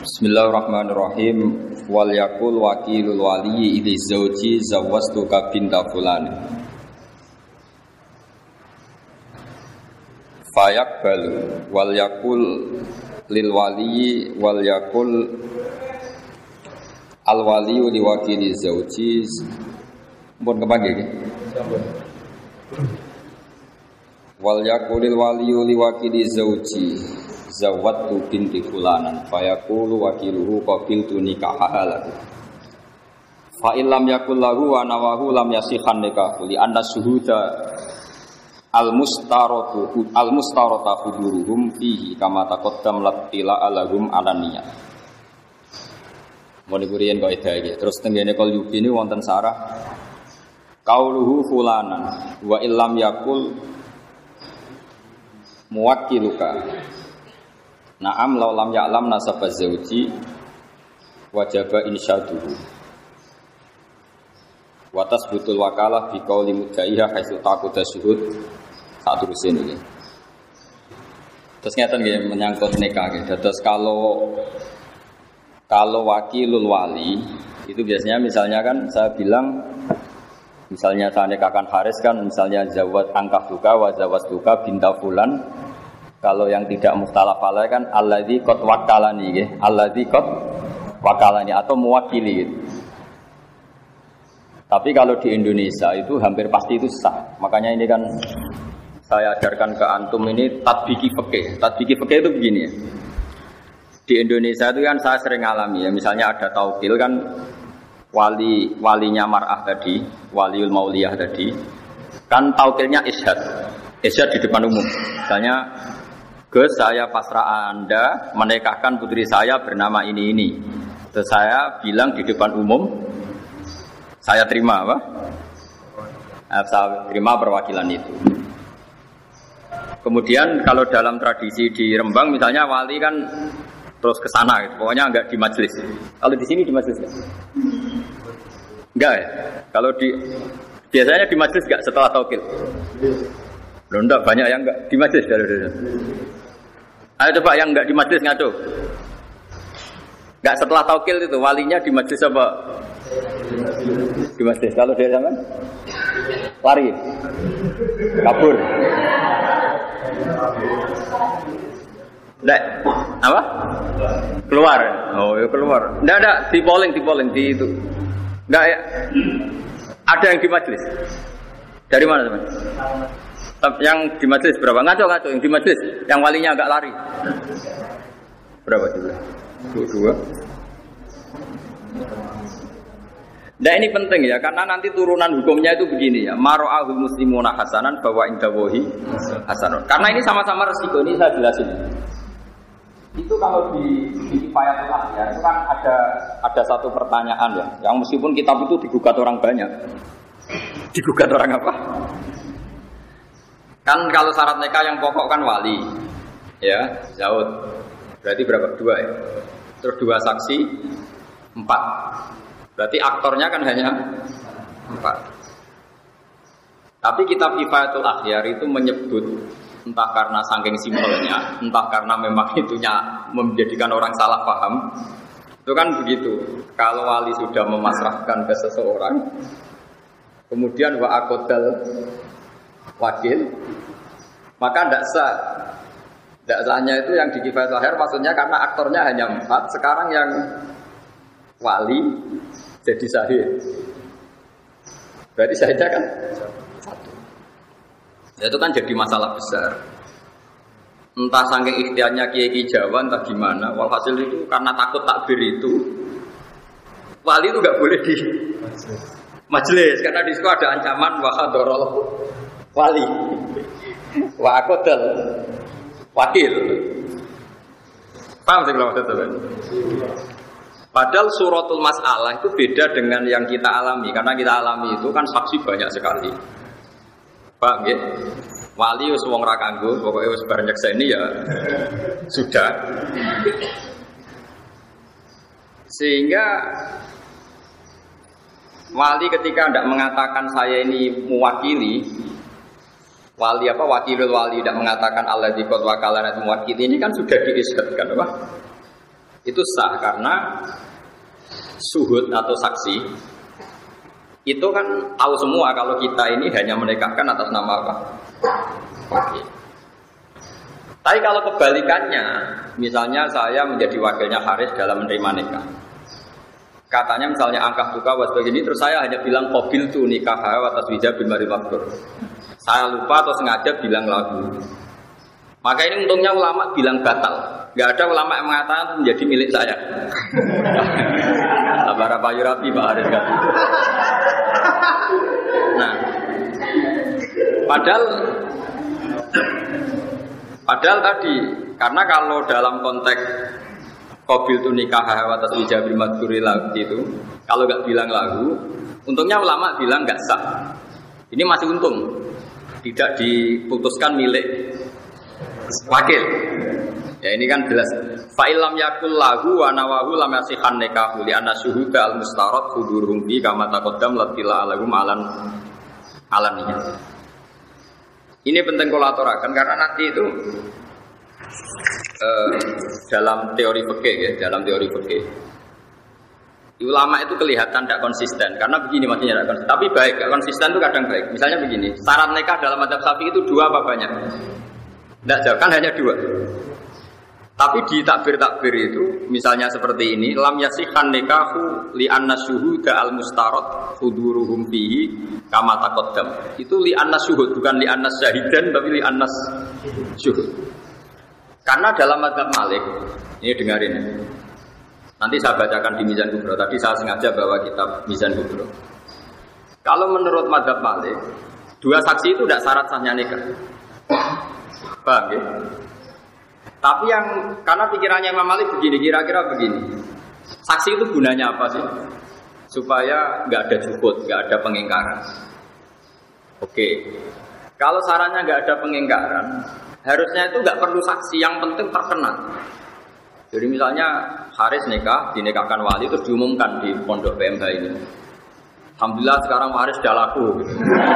Bismillahirrahmanirrahim. Wal yakul wakilul wali idzi zauji zawwastuka binta fulan. Fayaqbalu wal yakul lil wali wal yakul al wali li wakili zauji. Mun kepanggih iki? Wal yakulil wali li wakili zauji zawattu binti fulanan fayaqulu wakiluhu qabiltu nikahaha lahu fa illam yakul lahu wa nawahu lam yasihan nikahu li anna syuhuda al mustarata huduruhum fihi kama taqaddam latila alahum alaniyah. Mun kuriyen kok iki terus tengene kal yubi ni wonten sarah qauluhu fulanan wa illam yakul muwakkiluka. Na'am law lam ya'lam nasaba zauji wajaba insyaduhu wa tasbutul wakalah bi qauli mudaiha haitsu taquda syuhud sak terus ini. Terus ngeten nggih menyangkut nikah nggih. Dados kalau wakilul wali itu biasanya misalnya kan saya bilang misalnya saya nikahkan Haris kan misalnya zawat angkah duka wa zawat duka binta fulan. Kalau yang tidak mukhtalaf alaih kan alladzi qad wakalani nggih, alladzi qad wakalani atau mewakili gitu. Tapi kalau di Indonesia itu hampir pasti itu sah. Makanya ini kan saya ajarkan ke antum ini tatbiki fikih. Tatbiki fikih itu begini ya. Di Indonesia itu kan saya sering alami ya, misalnya ada taukil kan walinya mar'ah tadi, waliul mauliyah tadi. Kan taukilnya isyhad. Isyhad di depan umum. Misalnya saya pasrah Anda menikahkan putri saya bernama ini. Terus saya bilang di depan umum, saya terima apa? Saya terima perwakilan itu. Kemudian kalau dalam tradisi di Rembang misalnya wali kan terus ke sana gitu. Pokoknya enggak di majelis. Kalau di sini di majelis enggak? Enggak ya? Kalau biasanya di majelis enggak setelah taukil? Loh enggak, banyak yang enggak di majelis dari. Ayo coba yang enggak di majelis ngaco. Enggak setelah taukil itu walinya di majelis apa? Di majelis. Kalau dia zaman lari. Kabur. Enggak. Apa? Keluar. Oh, ya keluar. Enggak di polling di itu. Enggak ya. Ada yang di majelis. Dari mana, teman? Yang di majelis berapa? Ngaco yang di majelis, yang walinya agak lari. Berapa juga? Dua. Nah ini penting ya, karena nanti turunan hukumnya itu begini ya. Maro'ahul muslimuna hasanan bahwa indawohi hasanun. Karena ini sama-sama resiko, ini saya jelasin. Itu kalau di Kifayatul Akhyar itu kan ada satu pertanyaan ya, yang meskipun kitab itu digugat orang banyak. Digugat orang apa? Kan kalau syarat nikah yang pokok kan wali, ya, zaud. Berarti berapa? 2 ya. Terus 2 saksi, 4. Berarti aktornya kan hanya 4. Tapi kitab Kifayatul Akhyar itu menyebut entah karena saking simbolnya, entah karena memang itunya menjadikan orang salah paham. Itu kan begitu. Kalau wali sudah memasrahkan ke seseorang, kemudian wa aqdal wakil, maka tidak sah. Tidak sahnya itu yang di Kifayatul Akhyar maksudnya karena aktornya hanya 4. Sekarang yang wali jadi syahid. Berarti syahidnya kan 1. Itu kan jadi masalah besar. Entah saking ikhtiarnya kiai Jawa entah gimana. Walhasil itu karena takut takbir itu wali itu nggak boleh di majelis karena di situ ada ancaman wahadorol wali wa aqdal wakil. Paham sih kalau maksudnya? Padahal suratul mas'alah itu beda dengan yang kita alami. Karena kita alami itu kan saksi banyak sekali. Pak nggih. Wali wis wong ra kanggo, pokoke wis bar nyekseni ya sudah. Sehingga wali ketika tidak mengatakan saya ini mewakili, wali apa wakilul wali tidak mengatakan alladzi qad wakalana mewakili, ini kan sudah diisyhadkan apa? itu sah karena suhud atau saksi itu kan tahu semua kalau kita ini hanya menikahkan atas nama apa? Wakil. Tapi kalau kebalikannya, misalnya saya menjadi wakilnya Haris dalam menerima nikah. Katanya misalnya angkah buka wasbagini, terus saya hanya bilang qabil tu nikah wa taswija bil maril maqdur. Saya lupa atau sengaja bilang lagu. Maka ini untungnya ulama bilang batal. Enggak ada ulama yang mengatakan itu menjadi milik saya. Sabara payurati Pak Haris kan. Nah, padahal tadi karena kalau dalam konteks qabil tu nikah wa taswija bil madhuri itu kalau enggak bilang lagu, untungnya ulama bilang enggak sah. Ini masih untung. Tidak diputuskan milik wakil. Ya ini kan jelas. Fa illam yakul lahu wa nawahu lam yasihan nikahu li anna syuhuda al mustarad hudurum bi kama taqaddam latila alahum alaniya. Ini penting kulaturakan karena nanti itu dalam teori fikih ya, dalam teori fikih. Ulama itu kelihatan tidak konsisten karena begini maksudnya tidak konsisten. Tapi baik, tidak konsisten itu kadang baik. Misalnya begini, syarat nikah dalam mazhab Syafi'i itu 2 apa banyak? Tidak jauh, kan hanya 2. Tapi di takbir-takbir itu, misalnya seperti ini, lam yasihan nikahu li anna syuhuda al mustarad huduruhum fihi kama taqaddam. Itu li anna syuhud, bukan li anna syahidan, tapi li anna syuhud. Karena dalam mazhab Malik, ini dengarin. Nanti saya bacakan di Mizan Kubro. Tadi saya sengaja bawa kitab Mizan Kubro. Kalau menurut mazhab Malik, 2 saksi itu tidak syarat sahnya nikah. Paham ya? Tapi yang karena pikirannya Imam Malik begini, kira-kira begini. Saksi itu gunanya apa sih? Supaya nggak ada juhud, nggak ada pengingkaran. Oke. Kalau sarannya nggak ada pengingkaran, harusnya itu nggak perlu saksi, yang penting terkenal. Jadi misalnya Haris nikah, dinikahkan wali terus diumumkan di pondok PMH ini. Alhamdulillah sekarang Haris sudah laku. Gitu.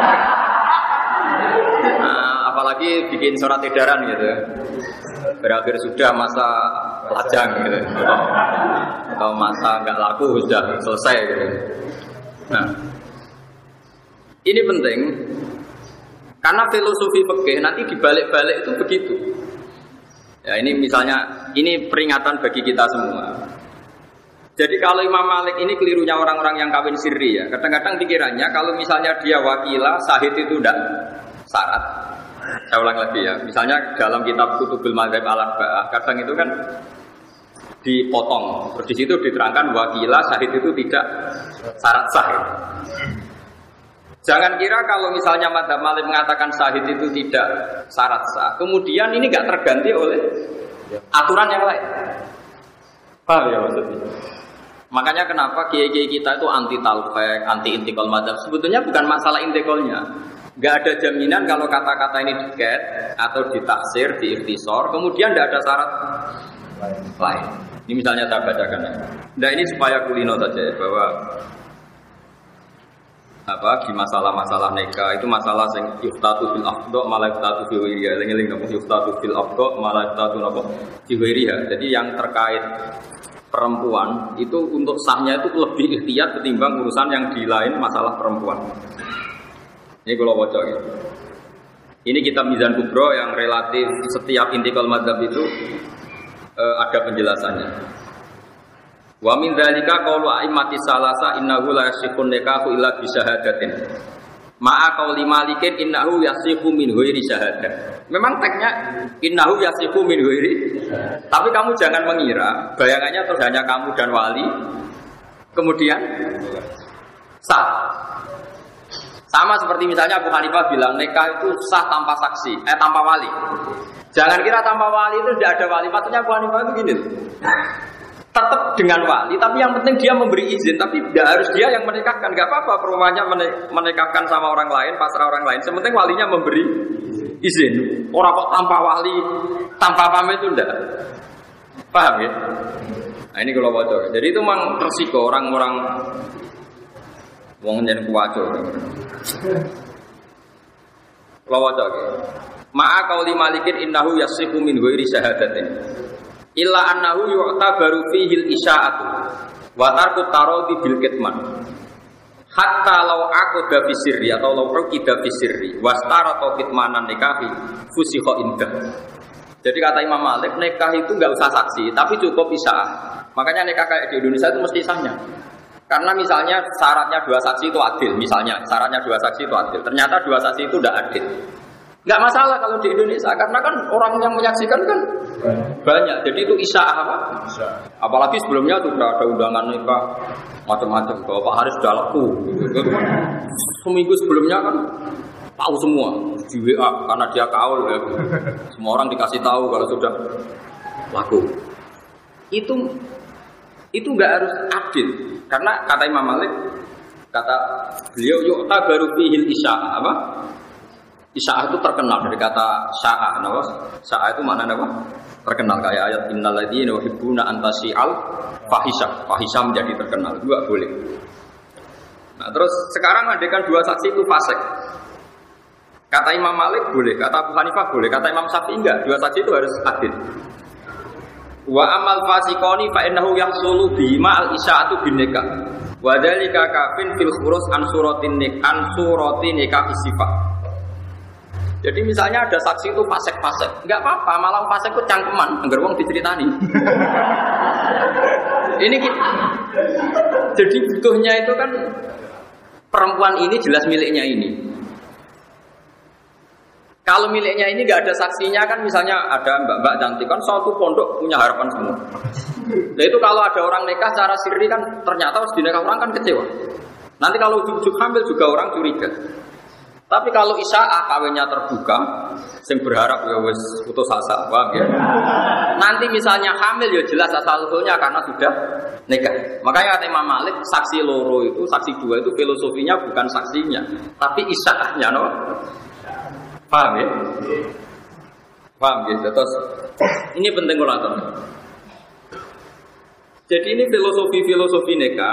Nah, apalagi bikin surat edaran gitu. Berakhir sudah masa lajang gitu. Atau masa nggak laku sudah selesai gitu. Nah, ini penting karena filosofi fikih nanti dibalik-balik itu begitu. Ya ini misalnya, ini peringatan bagi kita semua. Jadi kalau Imam Malik ini kelirunya orang-orang yang kawin sirri ya. Kadang-kadang pikirannya kalau misalnya dia wakilah, sahid itu tidak syarat. Saya ulang lagi ya. Misalnya dalam kitab Kutubul Madzhab al-Arba'ah, kadang itu kan dipotong. Terus di situ diterangkan wakilah, sahid itu tidak syarat sah. Jangan kira kalau misalnya Madzhab Malik mengatakan syahid itu tidak syarat sah, kemudian ini nggak terganti oleh aturan yang lain. Paham ya maksudnya? Makanya kenapa kiai-kiai kita itu anti talfek, anti intikal madzhab. Sebetulnya bukan masalah intikalnya. Nggak ada jaminan kalau kata-kata ini diket atau ditaksir, diikhtisor, kemudian nggak ada syarat lain. Ini misalnya saya bacakan ya. Nah ini supaya kulino saja ya, bahwa di masalah-masalah nikah itu masalah sing yuftatu fil afdha malah yuftatu fi ghairiha. Eling-eling napa yuftatu fil afdha malah yuftatu napa fi ghairiha. Jadi yang terkait perempuan itu untuk sahnya itu lebih ikhtiyat ketimbang urusan yang di lain masalah perempuan. Ini kalau baca gitu. Ini kitab Mizan Kubro yang relatif setiap intikal madzhab itu ada penjelasannya. Wa min dzalika qaulu a'immati salasa innahu la yasihhu nikahu illa bi syahadatin. Ma'a qauli Malikin innahu yasihhu min ghairi syahadah. Memang teksnya innahu yasihhu min ghairi. Tapi kamu jangan mengira bayangannya terus hanya kamu dan wali kemudian sah. Sama seperti misalnya Abu Hanifah bilang nikah itu sah tanpa saksi, tanpa wali. Jangan kira tanpa wali itu tidak ada wali. Maksudnya Abu Hanifah itu gini. Tetap dengan wali, tapi yang penting dia memberi izin, tapi tidak harus dia yang menikahkan. Gak apa-apa perempuannya menikahkan sama orang lain, pasrah orang lain. Sementing walinya memberi izin. Orang kok tanpa wali, tanpa pamit itu tidak. Paham ya? Nah ini kalau bocor. Jadi itu memang resiko orang-orang wong nyen kuwaco. Kalau bocor. Ma'a qauli Malikin innahu yasihhu min ghairi syahadatin. Illa annahu yu'tabaru fihi al-isya'atu wa tarku taradi bil kitman. Hatta law aqda fi sirri atau law uqida fi sirri wastara kitmanan nikahi fusikha indah. Jadi kata Imam Malik, nikah itu enggak usah saksi, tapi cukup isya'ah. Makanya nikah kayak di Indonesia itu mesti sahnya. Karena misalnya syaratnya 2 saksi itu adil, misalnya syaratnya 2 saksi itu adil. Ternyata 2 saksi itu tidak adil. Enggak masalah kalau di Indonesia, karena kan orang yang menyaksikan kan banyak. Jadi itu isya'ah apa? Apalagi sebelumnya sudah ada undangan nikah macam-macam. Bapak Haris sudah laku. Seminggu sebelumnya kan tahu semua di WA karena dia kaul ya. Semua orang dikasih tahu kalau sudah laku. Itu enggak harus adil. Karena kata Imam Malik, kata beliau yu'ta baru fihil isya'ah apa? Isya'ah itu terkenal dari kata sya'ah. Nah, sya'ah itu maknanya apa? Terkenal kayak ayat innal ladzina yuhibbuna an tasi'al fahisha. Fahisha menjadi terkenal. Juga boleh. Nah, terus sekarang andekan 2 saksi itu fasik. Kata Imam Malik boleh, kata Abu Hanifah boleh, kata Imam Syafi'i enggak. 2 saksi itu harus adil. Wa amal fasiqoni fa innahu yahsulu bima al isya'atu bin nikah. Wa dzalika kafin fil khurus an suratin nikah sifat. Jadi misalnya ada saksi itu fasik-fasik, enggak apa-apa, malah fasik itu cangkeman, anggar wong diceritani. Ini jadi butuhnya itu kan perempuan ini jelas miliknya ini. Kalau miliknya ini nggak ada saksinya kan, misalnya ada mbak-mbak cantik kan, suatu pondok punya harapan semua. Nah itu kalau ada orang nikah secara sirri kan, ternyata harus dinikah orang kan kecewa. Nanti kalau ujuk-ujuk hamil juga orang curiga. Tapi kalau isya'ah kawinnya terbuka, sing berharap ya wis putus asa, paham ya. Nanti misalnya hamil ya jelas asal-usulnya karena sudah nikah. Makanya kata Imam Malik, saksi loro itu, saksi 2 itu filosofinya bukan saksinya, tapi isya'ahnya, no? Paham ya? Paham ya? Terus ini penting kalau tahu. Jadi ini filosofi nikah.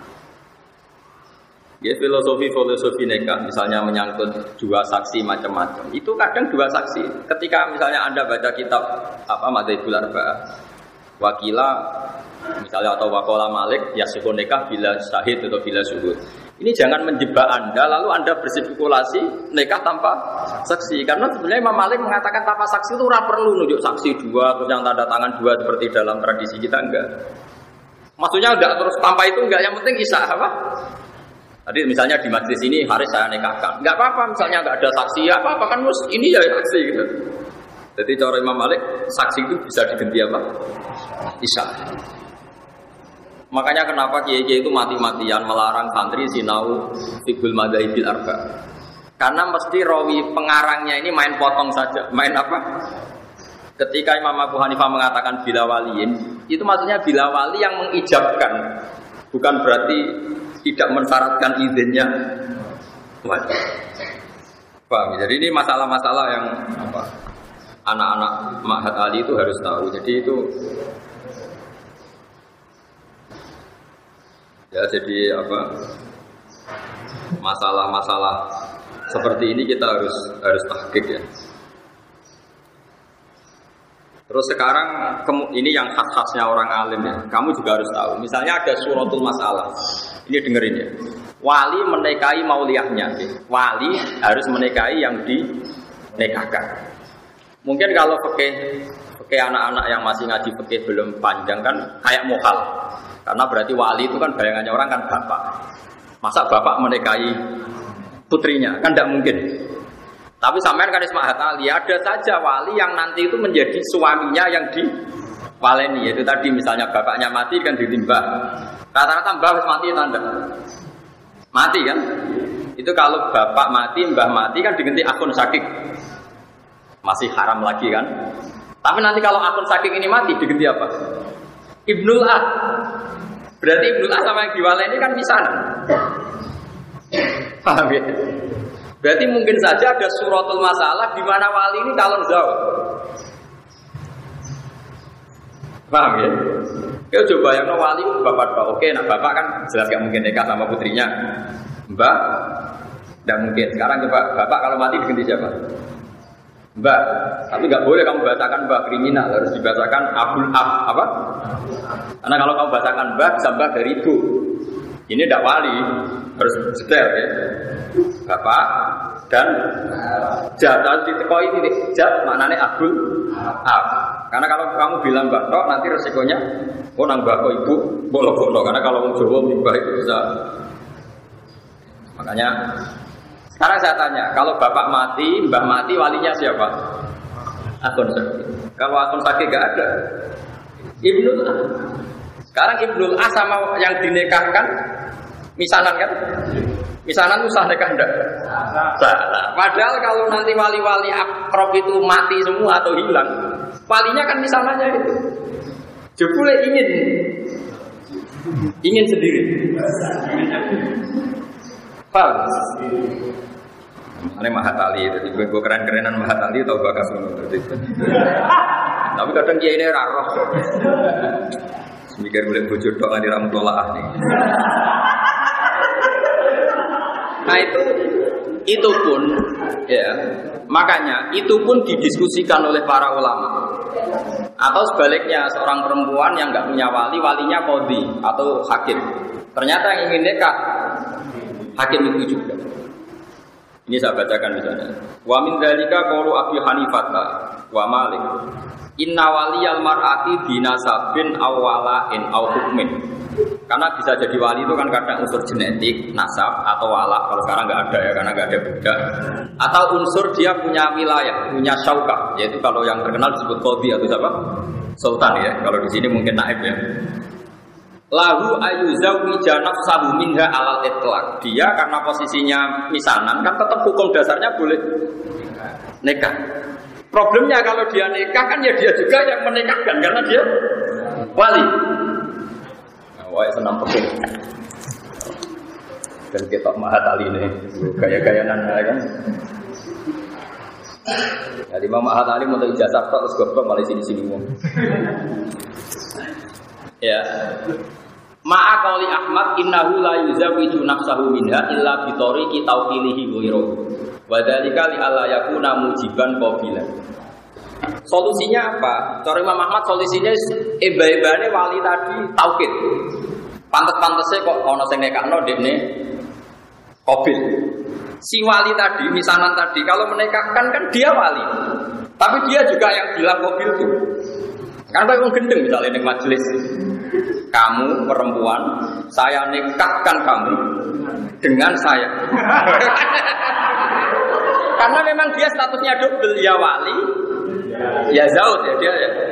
Ya, filosofi nikah misalnya menyangkut 2 saksi macam-macam. Itu kadang 2 saksi. Ketika misalnya Anda baca kitab apa Madzhabul Arba'ah, wakila misalnya atau waqala Malik yasihun nikah bila syahid atau bila syuhud. Ini jangan menjebak Anda lalu Anda berspekulasi nikah tanpa saksi. Karena sebenarnya Imam Malik mengatakan tanpa saksi itu ora perlu nunjuk saksi 2 terus yang tanda tangan 2 seperti dalam tradisi kita, enggak. Maksudnya enggak terus tanpa itu enggak, yang penting isya'ah apa? Tadi misalnya di majlis ini Haris saya nikahkan. Enggak apa-apa misalnya enggak ada saksi, ya apa-apa kan ini ya saksi gitu. Jadi cara Imam Malik saksi itu bisa diganti apa? Isya'ah. Makanya kenapa kiai-kiai itu mati-matian melarang santri sinau fiqhul madzhabil arba. Karena mesti rawi pengarangnya ini main potong saja. Main apa? Ketika Imam Abu Hanifah mengatakan bila waliin, itu maksudnya bila wali yang mengijabkan. Bukan berarti tidak mensyaratkan izinnya wali. Paham? Jadi ini masalah-masalah yang apa? Anak-anak Ma'had Ali itu harus tahu. Jadi itu ya, jadi apa? Masalah-masalah seperti ini kita harus tahqiq ya. Terus sekarang ini yang khas-khasnya orang alim ya. Kamu juga harus tahu. Misalnya ada suratul masalah. Ini dengerin ya. Wali menikahi mauliyahnya. Wali harus menikahi yang dinikahkan. Mungkin kalau fikih anak-anak yang masih ngaji fikih belum panjang kan kayak mukhal. Karena berarti wali itu kan bayangannya orang kan bapak. Masa bapak menikahi putrinya? Kan tidak mungkin. Tapi sampean kan Ma'had Ali, ada saja wali yang nanti itu menjadi suaminya yang diwaleni. Yaitu tadi misalnya bapaknya mati kan ditimbah. Rata-rata mbah harus mati tanda. Mati kan? Itu kalau bapak mati, mbah mati kan diganti akun sakik. Masih haram lagi kan? Tapi nanti kalau akun sakik ini mati diganti apa? Ibnul Ah. Berarti Ibnul Ah sama yang diwaleni kan pisahan. Paham ya? Berarti mungkin saja ada suratul masalah di mana wali ini calon zawj. Paham ya? Ya coba yang wali itu bapak. Oke, nah bapak kan jelas gak mungkin nikah sama putrinya. Mbak, tidak mungkin. Sekarang coba bapak kalau mati diganti siapa? Mbah. Tapi nggak boleh kamu bacakan mbah kriminal, harus dibacakan abul apa? Karena kalau kamu bacakan mbah bisa mbah dari ibu. Ini tidak wali, harus detail ya. Bapak dan jat harus ditekoi ini jat maknanya abul ab. Karena kalau kamu bilang mbah tok nanti resikonya nang mbah kok ibu bolong-bolong. Karena kalau Jawa mbah itu bisa. Makanya sekarang saya tanya, kalau bapak mati, mbah mati, walinya siapa? Akun Saki. Kalau akun Saki nggak ada, Ibnul As. Sekarang Ibnul As sama yang dinikahkan, misanan kan? Misanan usah nikah enggak? Salah. Padahal kalau nanti wali-wali akrab itu mati semua atau hilang, walinya kan misanannya itu. Jebule ingin sendiri. Paham? Ini Mahatali, jadi gue keren-kerenan Mahatali atau bakas itu. Tapi kadang dia ini raro. Semikir boleh bujur doang di ramu tolaah nih. Nah itu pun ya, makanya itu pun didiskusikan oleh para ulama. Atau sebaliknya seorang perempuan yang nggak punya wali, walinya qadhi atau hakim. Ternyata yang ingin nikah hakim itu juga. Ini saya bacakan misalnya. Wa min dzalika qaulu Abi Hanifah wa Malik. Inna waliyal mar'ati binasabin aw wala'in aw hukmin. Karena bisa jadi wali itu kan kadang unsur genetik, nasab atau wala. Kalau sekarang nggak ada ya, karena nggak ada budak. Atau unsur dia punya wilayah, punya syaukah. Yaitu kalau yang terkenal disebut qadhi atau siapa? Sultan ya. Kalau di sini mungkin naib ya. Lahu ayuzawija nafsahu minha alal itlaq. Dia karena posisinya misanan kan tetap hukum dasarnya boleh nikah. Problemnya kalau dia nikah kan ya dia juga yang menikahkan karena dia wali. Wah, senam peking. Dan ketok Mahatali ini gaya-gayanan kan. Jadi Imam Mahatali mau ijazah terus goblok malah sini-sini wong. Ya. Ma'a qauli Ahmad innahu la yuzawwiju nafsahu minha illa bi tariqi tawqilihi ghairu. Wa dzalika li alla yakuna mujiban qabilan. Solusinya apa? Cara Imam Ahmad solusinya eba-ebane wali tadi taukid. Pantes-pantese kok ana sing nekakno dekne qabil. Si wali tadi, misanan tadi kalau menikahkan kan dia wali. Tapi dia juga yang bilang qabil itu. Kan kok wong gendeng misalnya ning majelis. Kamu perempuan, saya nikahkan kamu dengan saya. Karena memang dia statusnya double, ya wali, ya zaud ya dia ya.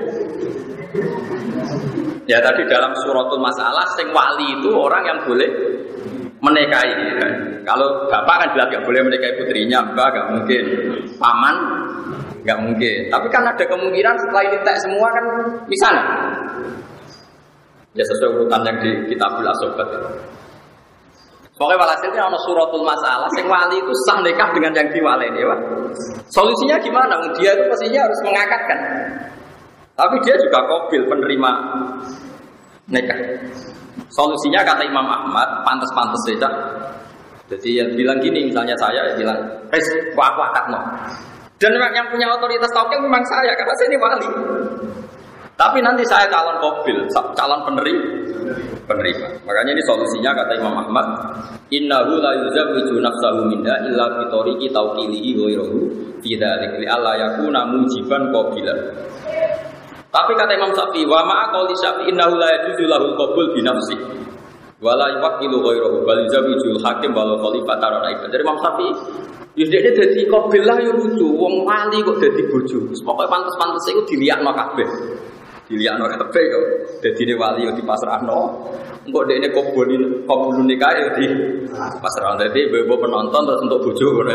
Ya tadi dalam suratul masalah, sing wali itu orang yang boleh menikahi. Ya. Kalau bapak kan bilang nggak boleh menikahi putrinya, mbak nggak mungkin, paman nggak mungkin. Tapi kan ada kemungkinan setelah ini tak semua kan misalnya. Ya sesuai urutan yang di Kitabul Asobat. Pokoknya walhasilnya ada suratul masalah. Sing wali itu sah nikah dengan yang diwaleni, ya. Solusinya gimana? Dia itu pastinya harus mengakatkan. Tapi dia juga qabil penerima nikah. Solusinya kata Imam Ahmad, pantas-pantas saja. Jadi yang bilang gini, misalnya saya bilang, aku akad no. Dan yang punya otoritas tauhid memang saya, karena saya ini wali. Tapi nanti saya calon qabil, calon penerima. Makanya ini solusinya kata Imam Ahmad, innahu la yuzawwiju nafsahu minha illa bi tariqi tawqilihi ghairuhu fi dzalika li alla yakuna mujiban qabilan. Tapi kata Imam Syafi'i, wa ma'a qauli Syafi'i innahu la yajuzu lahu qabul bi nafsi wa la yuwakkilu ghairuhu bal yuzawwijul hakim wal khalifata ra'i. Dari Imam Syafi'i, ya dekne dadi qabil lah ya lucu, wong wali kok dadi bojo. Pokoke pantes-pantes iku diliakno kabeh. Dilihatno kabeh kok dadine wali yo dipasrahno. Engko dekne qabul nikah yo di pasrahno. Dadi ibu penonton terus untuk bojo ngono.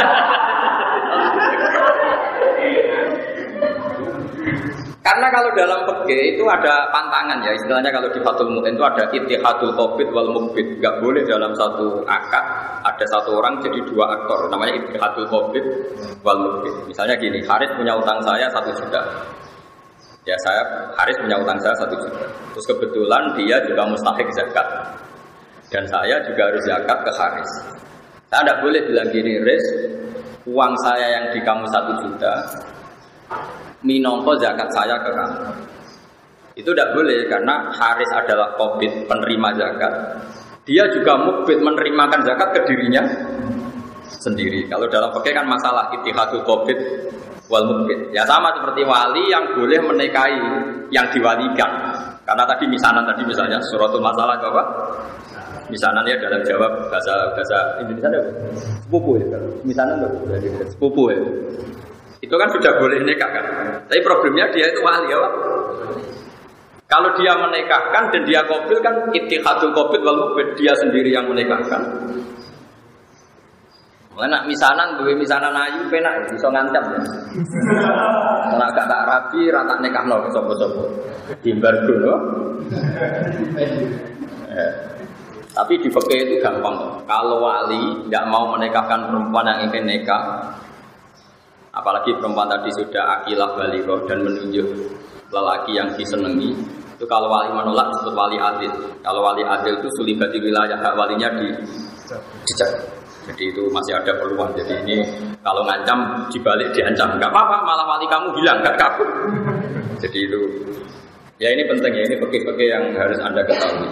Karena kalau dalam fikih itu ada pantangan ya, istilahnya kalau di Fathul Mu'in itu ada ittihadul qabid wal muqbid. Enggak boleh dalam satu akad ada satu orang jadi dua aktor, namanya ittihadul qabid wal muqbid. Misalnya gini, Haris punya utang saya 1 juta. Ya Haris punya utang saya 1 juta. Terus kebetulan dia juga mustahik zakat. Dan saya juga harus zakat ke Haris. Saya tidak boleh bilang gini, Haris, uang saya yang di kamu 1 juta, minongko zakat saya ke kamu. Itu tidak boleh karena Haris adalah qobid penerima zakat. Dia juga mukbid menerimakan zakat ke dirinya sendiri. Kalau dalam fikih kan masalah ittihadul qobid wal mukbid. Ya sama seperti wali yang boleh menikahi yang diwalikan. Karena tadi misalnya suratul masalah apa? Misalnya dalam jawab bahasa Indonesia ada sepupu ya. Misalnya sepupu ya. Itu kan sudah boleh nikah kan. Tapi problemnya dia itu wali ya. Kalau dia menikahkan dan dia qabil kan ittihadul qabid wal mukbid, dia sendiri yang menikahkan. Nak misanan duwe misanan ayu penak iso ngancam ya. Nek gak tak rabi ra tak nikahno sapa-sapa. Dimbargo lho. Tapi di fikih itu gampang. Kalau wali tidak mau menikahkan perempuan yang ingin nikah, apalagi perempuan tadi sudah akilah baligh dan menunjuk lelaki yang disenangi, itu kalau wali menolak disebut wali adil. Kalau wali adil itu sulibati wilayah hak walinya dicek. Jadi itu masih ada peluang. Jadi ini kalau ngancam dibalik diancam, nggak apa-apa, malah wali kamu hilang, nggak kabur. Jadi itu, ya ini penting ya, ini fikih-fikih yang harus Anda ketahui.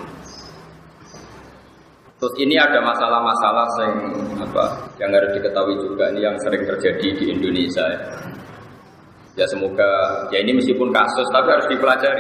Terus ini ada masalah-masalah yang harus diketahui juga, ini yang sering terjadi di Indonesia ya. Ya semoga, ya ini meskipun kasus tapi harus dipelajari.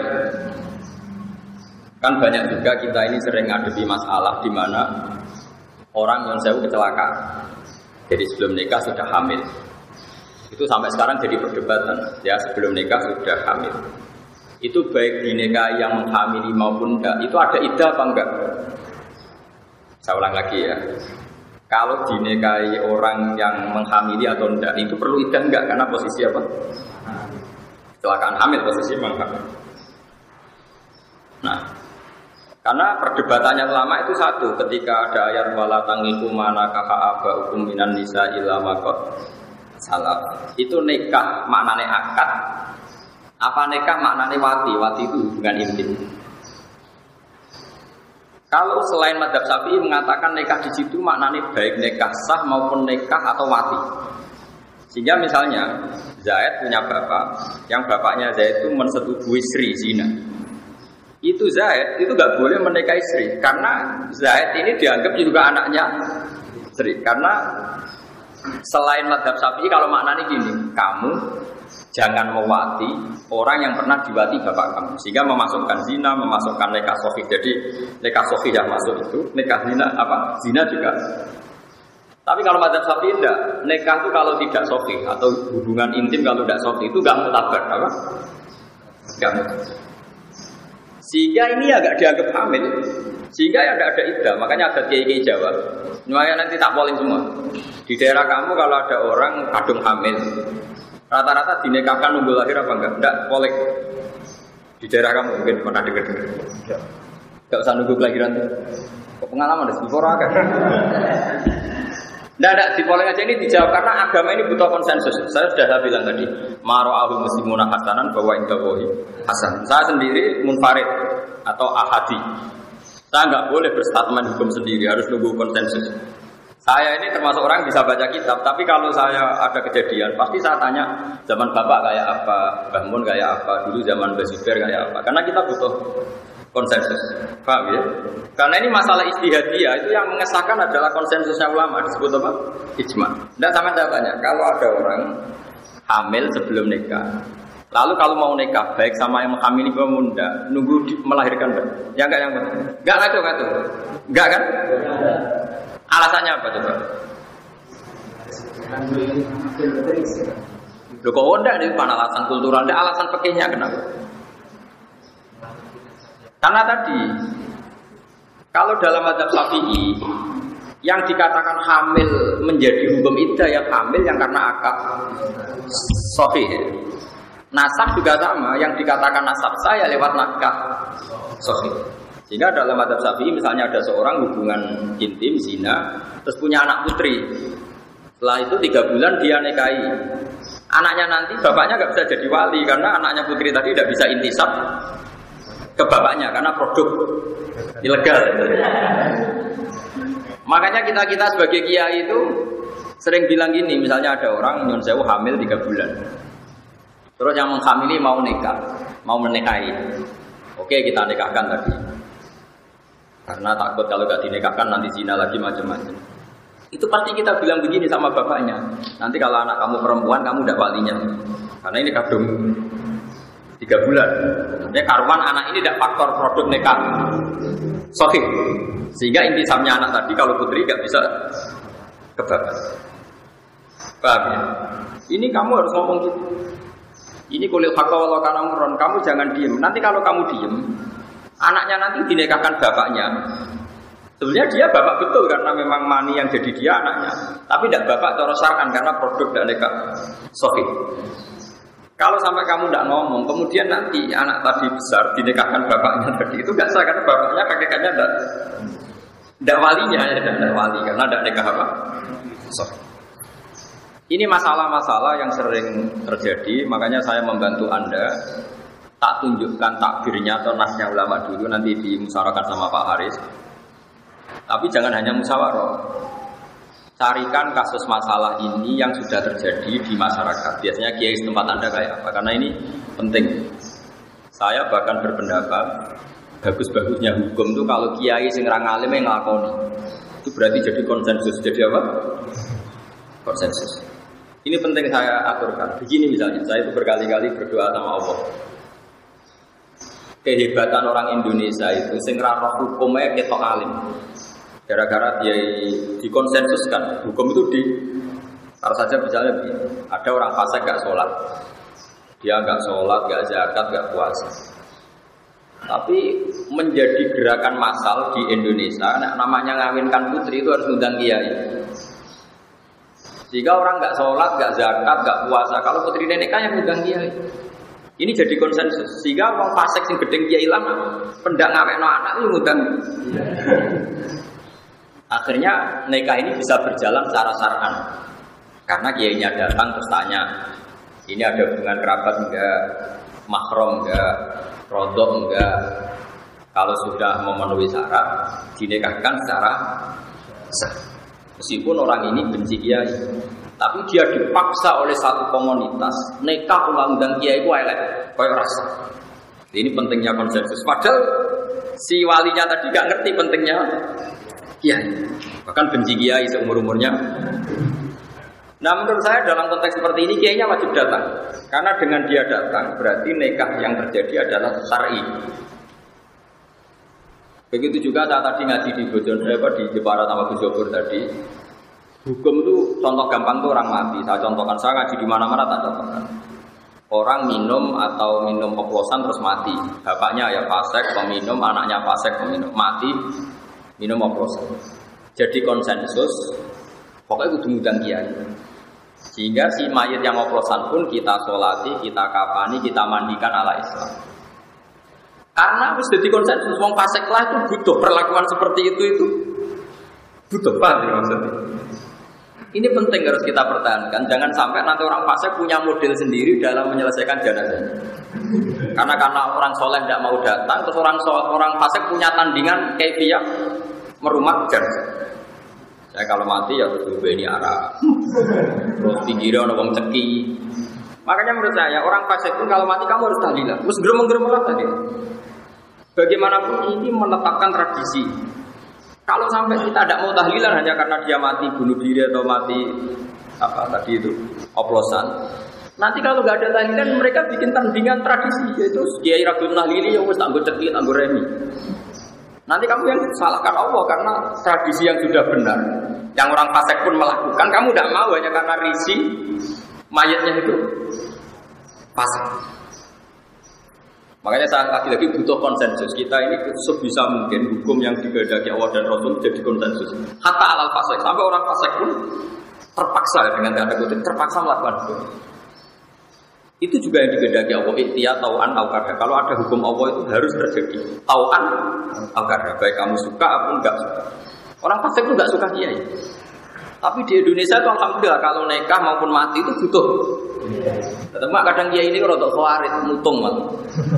Kan banyak juga kita ini sering ngadepi masalah di mana orang yang saya kecelakaan. Jadi sebelum nikah sudah hamil. Itu sampai sekarang jadi perdebatan. Ya sebelum nikah sudah hamil. Itu baik dinikahi yang menghamili maupun enggak. Itu ada iddah apa enggak? Saya ulang lagi ya. Kalau dinikahi orang yang menghamili atau enggak, itu perlu iddah enggak? Karena posisi apa? Kecelakaan hamil, posisi menghamil. Nah, karena perdebatannya ulama itu satu, ketika ada ayat wala tangiku manakaha abaukum minan nisa illa maqad salaf. Itu nikah maknane akad. Apa nikah maknane wati? Wati itu hubungan intim. Kalau selain madzhab Syafi'i mengatakan nikah di situ maknane baik nikah sah maupun nikah atau wati. Sehingga misalnya Zaid punya bapak, yang bapaknya Zaid itu mensetujui Sri zina. Itu Zaid itu nggak boleh menikahi Sri karena Zaid ini dianggap juga anaknya Sri. Karena selain madzhab Syafi'i kalau maknanya gini, kamu jangan mewati orang yang pernah diwati bapak kamu, sehingga memasukkan zina, memasukkan nikah sahih. Jadi nikah sahih yang masuk itu, nikah zina apa? Zina juga. Tapi kalau madzhab Syafi'i enggak, nikah itu kalau tidak sahih atau hubungan intim kalau tidak sahih itu enggak mutabar, apa? Enggak mutabar. Sehingga ini agak dianggap hamil, sehingga ya enggak ada iddah. Makanya ada kiai-kiai Jawa. Semuanya nanti tak polling semua. Di daerah kamu kalau ada orang kadung hamil, rata-rata dinikahkan nunggu lahir apa enggak? Enggak, polling. Di daerah kamu mungkin pernah dengar-dengar. Enggak usah nunggu kelahiran. Kok pengalaman ada sifora kan? Tidak, di polling aja ini dijawab karena agama ini butuh konsensus. Saya sudah bilang tadi, maro'ahul muslimuna hasanan bahwa indawohi hasan. Saya sendiri munfarid atau ahadi. Saya nggak boleh berstatement hukum sendiri, harus nunggu konsensus. Saya ini termasuk orang bisa baca kitab, tapi kalau saya ada kejadian, pasti saya tanya zaman bapak kayak apa, Mbah Mun kayak apa, dulu zaman Mbah Zubair kayak apa. Karena kita butuh konsensus, paham ya? Karena ini masalah ijtihadiyah, itu yang mengesahkan adalah konsensusnya ulama, disebut apa? Ijma. Tidak sama saya tanya, kalau ada orang hamil sebelum nikah, lalu kalau mau nikah, baik sama yang menghamili maupun enggak, nunggu melahirkan enggak? Ya enggak yang betul. Enggak ngaco. Enggak kan? Alasannya apa coba? Loh kok enggak, ini bukan alasan kultural, enggak alasan fikihnya kenapa? Karena tadi, kalau dalam madzhab Syafi'i yang dikatakan hamil menjadi hukum iddah yang hamil yang karena akad sahih. Nasab juga sama, yang dikatakan nasab saya lewat nakah sahih. Sehingga dalam madzhab Syafi'i misalnya ada seorang hubungan intim zina, terus punya anak putri. Setelah itu 3 bulan dia nikahi. Anaknya nanti bapaknya nggak bisa jadi wali karena anaknya putri tadi tidak bisa intisab ke bapaknya karena produk ilegal. Makanya kita sebagai kiai itu sering bilang gini, misalnya ada orang nyun sewu hamil 3 bulan. Terus yang menghamili mau nikah, mau menikahi. Oke, kita nikahkan tadi. Karena takut kalau gak dinikahkan nanti zina lagi macam-macam. Itu pasti kita bilang begini sama bapaknya. Nanti kalau anak kamu perempuan, kamu udah walinya. Karena ini kadung 3 bulan. Sebenarnya karuan anak ini tidak faktor produk nikah sahih. Sehingga intisamnya anak tadi kalau putri gak bisa ke bapak. Paham ya? Ini kamu harus ngomong gitu. Ini kulil haqqa walau kana murran. Kamu jangan diem. Nanti kalau kamu diem, anaknya nanti dinikahkan bapaknya. Sebenarnya dia bapak betul karena memang mani yang jadi dia anaknya. Tapi tidak bapak cara syar'an karena produk dan nikah sahih. Kalau sampai kamu tidak ngomong, kemudian nanti anak tadi besar dinikahkan bapaknya tadi itu nggak sah karena bapaknya hakikatnya tidak walinya, ya tidak wali karena tidak nikah apa. Sahih. Ini masalah-masalah yang sering terjadi, makanya saya membantu Anda. Tak tunjukkan takbirnya atau nasnya ulama dulu, nanti dimusyawarahkan sama Pak Haris. Tapi jangan hanya musyawarah. Carikan kasus masalah ini yang sudah terjadi di masyarakat. Biasanya kiai setempat Anda kayak apa? Karena ini penting. Saya bahkan berpendapat bagus-bagusnya hukum itu kalau kiai sing ra ngalim yang nglakoni. Itu berarti jadi konsensus. Jadi apa? Konsensus. Ini penting saya aturkan. Begini misalnya, saya itu berkali-kali berdoa sama Allah. Kehebatan orang Indonesia itu sing ra roh hukumnya ketok alim. Gara-gara dia dikonsensuskan, hukum itu taruh saja misalnya ada orang fasik gak sholat, dia gak sholat, gak zakat, gak puasa. Tapi menjadi gerakan massal di Indonesia, namanya ngawinkan putri itu harus undang kiai. Jika orang gak sholat, gak zakat, gak puasa, kalau putri nikah yang undang kiai. Ini jadi konsensus. Sehingga orang fasik sing gedeng kiai lama, pendak ngawekno anak itu ngundang. Akhirnya nikah ini bisa berjalan secara syar'an. Karena kiainya datang terus tanya, ini ada hubungan kerabat enggak, mahram enggak, rodok enggak. Kalau sudah memenuhi syarat, dinikahkan secara sah. Meskipun orang ini benci kiai, tapi dia dipaksa oleh satu komunitas nikah undang kiai itu elek, kayak rasa. Ini pentingnya konsensus. Padahal si walinya tadi gak ngerti pentingnya kiai, bahkan benci kiai seumur-umurnya. Nah menurut saya dalam konteks seperti ini kiainya wajib datang, karena dengan dia datang berarti nikah yang terjadi adalah syar'i. Begitu juga saya tadi ngaji di Bojonegoro di Jepara sama Bujobur tadi. Hukum itu contoh gampang tuh orang mati. Saya contohkan, saya ngaji di mana-mana tak contohkan. Orang minum atau minum oplosan terus mati. Bapaknya ya fasik peminum, anaknya fasik peminum, mati minum oplosan. Jadi konsensus, pokoknya kudu ngundang kiai. Sehingga si mayit yang oplosan pun kita sholati, kita kafani, kita mandikan ala Islam. Karena harus jadi konsensus, wong fasik lah itu butuh perlakuan seperti itu butuh paham ya maksudnya. Ini penting harus kita pertahankan. Jangan sampai nanti orang fasik punya model sendiri dalam menyelesaikan jenazahnya. Karena orang soleh tidak mau datang, terus orang fasik punya tandingan kaifiyah merumat jenazah. Saya kalau mati ya terus ini arah, terus pinggirnya ada wong ceki. Makanya menurut saya orang fasik pun kalau mati kamu harus tahlilan. Terus geremeng-geremeng tadi. Bagaimanapun ini menetapkan tradisi. Kalau sampai kita tidak mau tahlilan hanya karena dia mati bunuh diri atau mati apa tadi itu oplosan. Nanti kalau nggak ada tahlilan mereka bikin tandingan tradisi yaitu kiai ragu tahlili ya wis tak cekik tak remi. Nanti kamu yang salahkan Allah karena tradisi yang sudah benar, yang orang fasik pun melakukan, kamu tidak mau hanya karena risi mayatnya itu fasik. Makanya saya lagi-lagi butuh konsensus. Kita ini sebisa mungkin hukum yang dikehendaki Allah dan Rasul jadi konsensus. Hatta alal fasik, sampai orang fasik pun terpaksa dengan tanda kutip terpaksa melakukan itu. Itu juga yang dikehendaki Allah. Ikhtiar tau'an au karha. Kalau ada hukum Allah itu harus terjadi. Tau'an au karha. Baik kamu suka ataupun enggak suka. Orang fasik itu enggak suka kiai. Tapi di Indonesia itu alhamdulillah kalau nikah maupun mati itu butuh. Tetap kadang kiai ini kalau untuk khawarit mutung banget.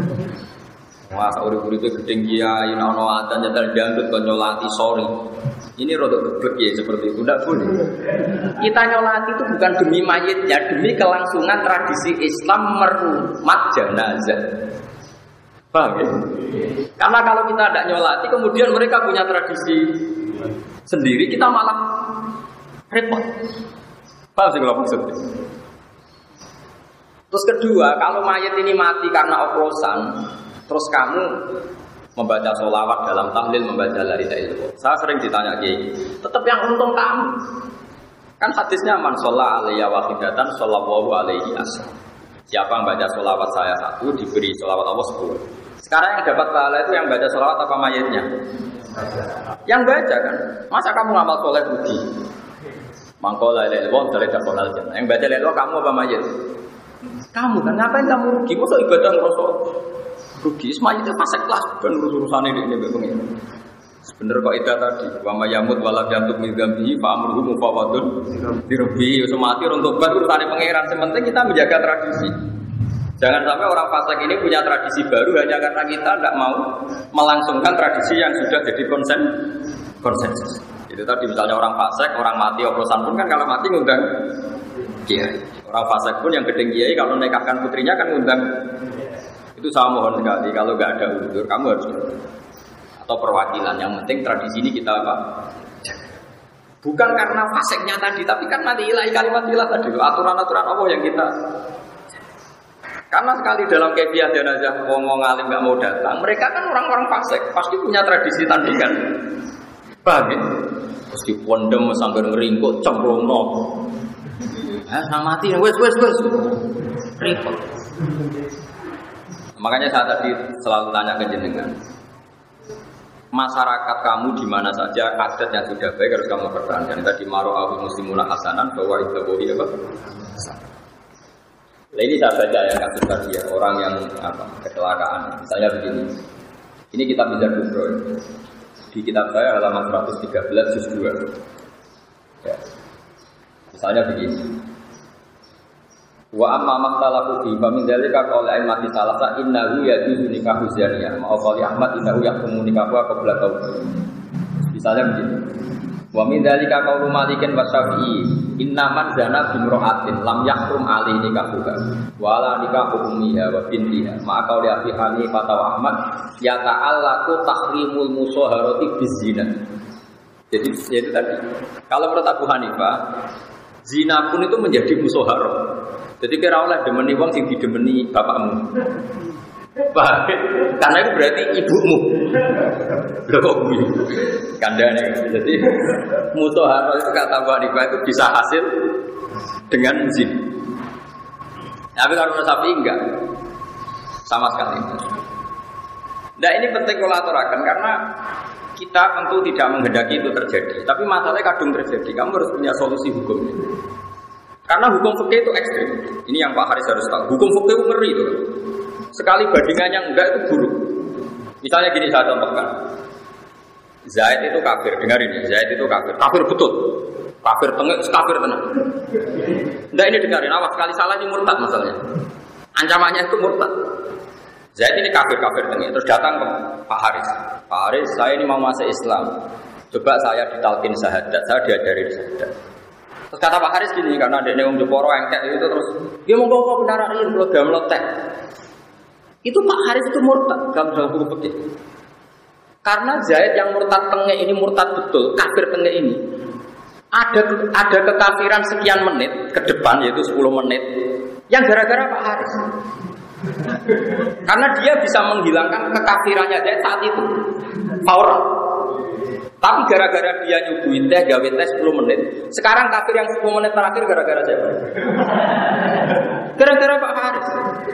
Wah, urip-uripe gedeng kiai ana adzan nyetel dangdut kon nyolati sorry. Ini rodok geblek ya seperti itu, tidak boleh. Kita nyolati itu bukan demi mayitnya, demi kelangsungan tradisi Islam merumat jenazah. Paham ya? Karena kalau kita tidak nyolati, kemudian mereka punya tradisi sendiri, kita malah repot. Paham sih kalau maksudnya? Terus kedua, kalau mayit ini mati karena oplosan, terus kamu membaca sholawat dalam tahlil, membaca la ilaha illallah. Saya sering ditanya Kiai, tetap yang untung kamu. Kan hadisnya man sholla alaiya wahidatan shollallahu alaihi asr. Siapa yang baca sholawat saya satu diberi sholawat Allah 10. Sekarang yang dapat pahala itu yang baca sholawat apa mayitnya? Yang baca kan. Masa kamu ngamal soleh rugi? Mangko la ilaha illallah dari dapat jannah. Yang baca la ilaha kamu apa mayit? Kamu kan ngapain kamu rugi? Masa ibadah ngerasa rugi? Semuanya itu fase kelas dan urusan ini begini. Sebenarnya kok itu tadi, wa mayamut wala jantuk min dzambihi fa amruhu mufawadun dirbi semati untuk bar urusane pangeran. Sementing kita menjaga tradisi. Jangan sampai orang fasik ini punya tradisi baru hanya karena kita tidak mau melangsungkan tradisi yang sudah jadi konsensus. Itu tadi misalnya orang fasik, orang mati oplosan pun kan kalau mati ngundang kiai. Orang fasik pun yang gedeng kiai kalau nikahkan putrinya kan ngundang. Itu saya mohon sekali, kalau nggak ada unsur, kamu harus atau perwakilan. Yang penting tradisi ini kita apa? Bukan karena faseknya tadi, tapi kan mati ilahi kalimat ilah tadi, aturan-aturan Allah yang kita. Karena sekali dalam kebiasaan jenazah ngomong alim nggak mau datang, mereka kan orang-orang fasik, pasti punya tradisi tandingan. Paham ya? Pasti pondem sambil ngeringkut, cemplungno. Nah mati, wes, repot. Makanya saya tadi selalu tanya ke jenengan, masyarakat kamu di mana saja adat yang sudah baik harus kamu pertahankan. Tadi maro'ahu muslimuna hasanan bahwa itu boleh apa? Nah ini saya baca yang kasus tadi ya, orang yang kecelakaan. Misalnya begini, ini kitab Mizan Kubro di kitab saya halaman 113 juz 2. Ya. Misalnya begini. Wa amma makhtalafu fi fa min dzalika qaul a'immati salasa innahu yajuzu nikahu zaniyah ma qali Ahmad innahu yahkumu nikahu qabla taubat. Misalnya begini. Wa min dzalika qaul Malikin wa Syafi'i inna man zana bi imra'atin lam yahrum alaihi nikahuha wa la nikahu ummiha wa bintiha ma qauli Abi Hanifah wa Ahmad ya ta'allaqu tahrimul musaharati bizina. Jadi itu tadi. Kalau menurut Abu Hanifah zina pun itu menjadi musaharah. Jadi kira oleh demeni wong sing didemeni bapakmu. Bah, karena itu berarti ibumu. Lho kok bumi? Kandane. Jadi musaharah itu kata Abu Hanifah itu bisa hasil dengan zina. Tapi kalau menurut Syafi'i enggak. Sama sekali. Nah ini penting kolaborasikan karena kita tentu tidak menghendaki itu terjadi. Tapi masalahnya kadung terjadi. Kamu harus punya solusi hukumnya. Karena hukum fikih itu ekstrim. Ini yang Pak Haris harus tahu. Hukum fikih itu ngeri itu. Sekali bandingannya enggak itu buruk. Misalnya gini saya contohkan. Zaid itu kafir. Dengar ini, Zaid itu kafir. Kafir betul. Kafir tengah, kafir tenang. Enggak ini dengarin. Awas sekali salah ini murtad masalahnya. Ancamannya itu murtad. Zaid ini kafir tengah. Terus datang ke Pak Haris. Pak Haris, saya ini mau masuk Islam. Coba saya ditalkin syahadat. Saya diajarin syahadat. Terus kata Pak Haris gini, karena ada neum Jeporo engkek itu terus dia mau kok benar ini kalau gak meletek. Itu Pak Haris itu murtad dalam hukum fikih. Karena Zaid yang murtad tengah ini murtad betul, kafir tengah ini. Ada kekafiran sekian menit ke depan yaitu 10 menit yang gara-gara Pak Haris. Karena dia bisa menghilangkan kekafirannya Zaid saat itu. Fauran. Tapi gara-gara dia nyuguhin teh, gawe teh 10 menit. Sekarang kafir yang 10 menit terakhir gara-gara siapa? Gara-gara Pak Haris.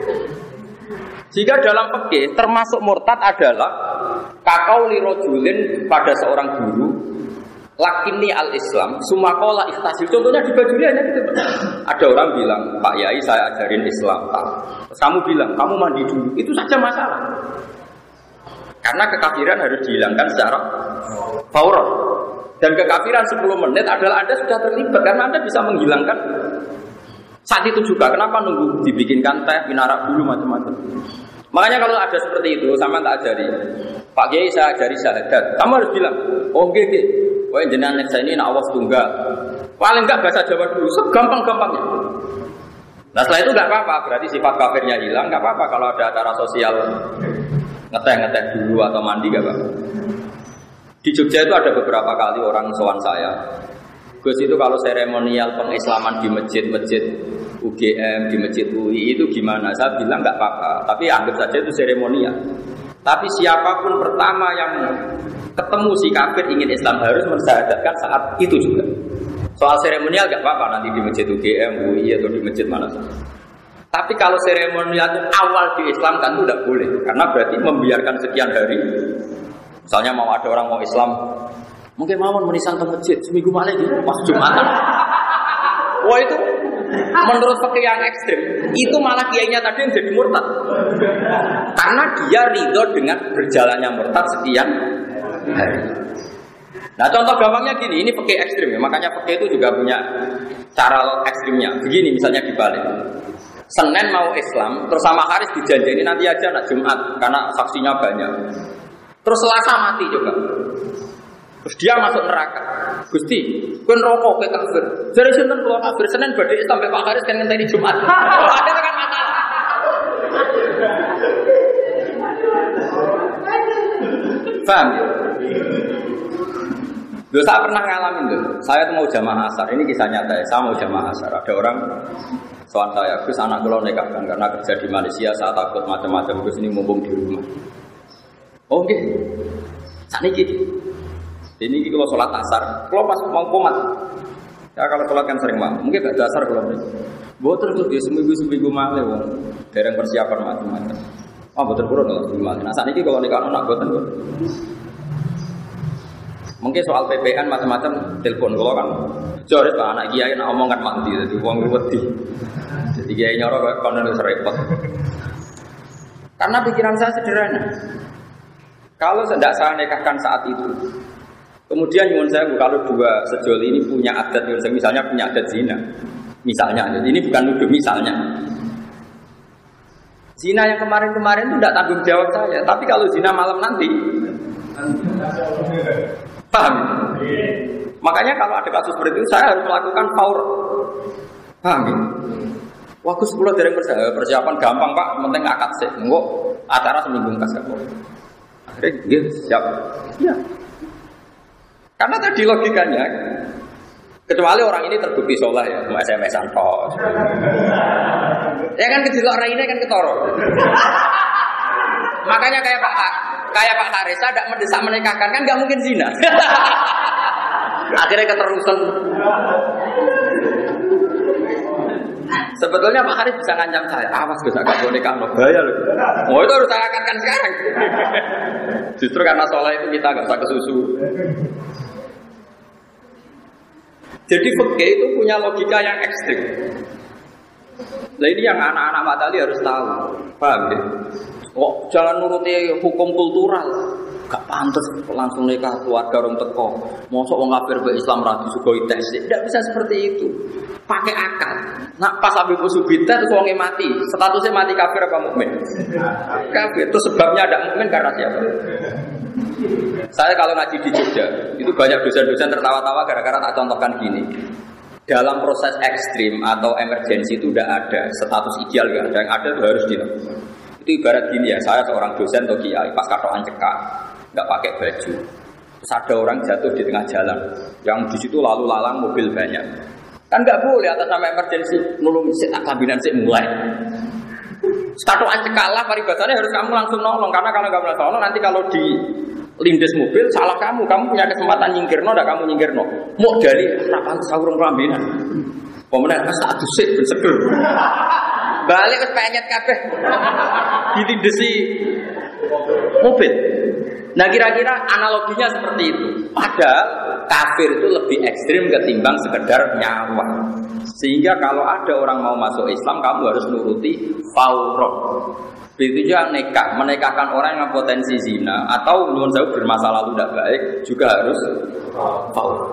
Jika dalam fikih termasuk murtad adalah kaqauli rajulin pada seorang guru lakini al-Islam sumakola ikhtasil. Contohnya di Bajuri hanya gitu. Ada orang bilang, Pak Yai saya ajarin Islam. Terus kamu bilang, kamu mandi dulu. Itu saja masalah. Karena kekafiran harus dihilangkan secara fauran. Dan kekafiran 10 menit adalah Anda sudah terlibat karena Anda bisa menghilangkan saat itu juga. Kenapa nunggu dibikinkan teh, minarak dulu macam-macam. Makanya kalau ada seperti itu sama tak ajari. Pak Kiai saya ajari syahadat. Kamu harus bilang, oh nggih. Pokoknya jenengan nyeksa ini nak Allah tunggal. Paling enggak bahasa Jawa dulu, segampang-gampangnya. Nah setelah itu enggak apa-apa, berarti sifat kafirnya hilang, enggak apa-apa kalau ada acara sosial ngeteh-ngeteh dulu atau mandi enggak apa-apa. Di Jogja itu ada beberapa kali orang sowan saya. Gus itu kalau seremonial pengislaman di masjid-masjid UGM, di masjid UI itu gimana? Saya bilang enggak apa-apa, tapi anggap saja itu seremonial. Tapi siapapun pertama yang ketemu si kafir ingin Islam harus mensyahadatkan saat itu juga. Soal seremonial enggak apa-apa nanti di masjid UGM, UI atau di masjid mana saja. Tapi kalau seremonial itu awal di Islam kan itu tidak boleh, karena berarti membiarkan sekian hari. Misalnya mau ada orang mau Islam, mungkin mau menisan ke masjid seminggu malam gitu, pas Jumatan. Wah itu menurut fikih yang ekstrim, itu malah kiainya tadi yang jadi murtad. Karena dia ridho dengan berjalannya murtad sekian hari. Nah contoh gampangnya gini, ini fikih ekstrim ya, makanya fikih itu juga punya cara ekstrimnya. Begini misalnya dibalik. Senin mau Islam, terus sama Haris dijanjini nanti aja nak Jumat, karena saksinya banyak. Terus Selasa mati juga. Terus dia masuk neraka. Gusti, kowe rokok kowe kafir. Jare sinten kula kafir Senin badhe sampai Pak Haris kan ngenteni Jumat. Ada itu kan masalah. Paham ya? Loh, saya pernah ngalamin tuh. Saya tuh mau jamaah asar. Ini kisah nyata ya. Saya mau jamaah asar. Ada orang soal saya, Gus anak kula nikahkan karena kerja di Malaysia. Saya takut macam-macam. Gus ini mumpung di rumah. Oke, saat ini kalau sholat asar, kalau pas mau komat, ya kalau sholat kan sering malam, mungkin gak dasar kalau ini. Boter tuh dia seminggu malam, wong, dereng persiapan macam-macam. Boter kurang kalau seminggu. Nah saat ini kalau nikah anak boter, mungkin soal PPN macam-macam, telepon kalau kan, joris pak anak kiai nak omong kan mati, jadi uang ruwet. Jadi kiai nyorok kayak konon repot. Karena pikiran saya sederhana. Kalau tidak saya nikahkan saat itu, kemudian nyuwun saya kalau dua sejoli ini punya adat, misalnya punya adat zina, misalnya, jadi ini bukan nuduh misalnya. Zina yang kemarin-kemarin itu tidak tanggung jawab saya, tapi kalau zina malam nanti, paham? Makanya kalau ada kasus seperti itu, saya harus melakukan faur, paham? Waktu 10 dari persiapan gampang pak, penting akad sih, enggak acara seminggu kas kok. Akhirnya siap. Ya. Karena tadi logikanya, kecuali orang ini terbukti soleh ya, mau SMS-an toh. Ya kan kecil orang ini kan ketoro. Makanya kayak Pak Haris tidak mendesak menikahkan kan nggak mungkin zina. Akhirnya keterusan. Sebetulnya Pak Haris bisa ngancam saya, awas gue agak boleh nikah, bahaya loh. Oh itu harus saya akadkan sekarang. Justru karena soleh itu kita nggak usah kesusu. Jadi fikih itu punya logika yang ekstrim. Nah ini yang anak-anak matali harus tahu, paham ya? Oh jangan nuruti hukum kultural. Gak pantas langsung nikah keluarga orang teko. Mosok wong kafir be Islam ra disugoi tes. Tidak bisa seperti itu. Pakai akal. Nah pas Habib Usubita terus wonge mati, statusnya mati kafir apa mukmin? Kafir. Itu sebabnya ada mukmin karena siapa? Saya kalau ngaji di Jogja, itu banyak dosen-dosen tertawa-tawa gara-gara tak contohkan gini. Dalam proses ekstrim atau emergensi itu tidak ada status ideal, gak ada. Yang ada itu harus dilakukan. Itu ibarat gini ya, saya seorang dosen atau kiai pas katokan cekak, nggak pakai baju. Terus ada orang jatuh di tengah jalan, yang di situ lalu lalang mobil banyak. Kan nggak boleh atas nama emergensi nulung kabinet sih mulai. Katokan cekak lah, paribasannya harus kamu langsung nolong, karena kalau nggak langsung nolong nanti kalau di lindes mobil salah kamu punya kesempatan nyingkirno, ndak kamu nyingkirno. Mau dari rapan saurung kelambinan. Pemenang status sih berseger. Balik ke penyet kabeh. Ditindesi mobil. Nah kira-kira analoginya seperti itu. Padahal kafir itu lebih ekstrim ketimbang sekedar nyawa. Sehingga kalau ada orang mau masuk Islam, kamu harus nuruti fauroh. Begitu juga nikah, menikahkan orang yang potensi zina atau menurut saya bermasa lalu tidak baik juga harus fauroh.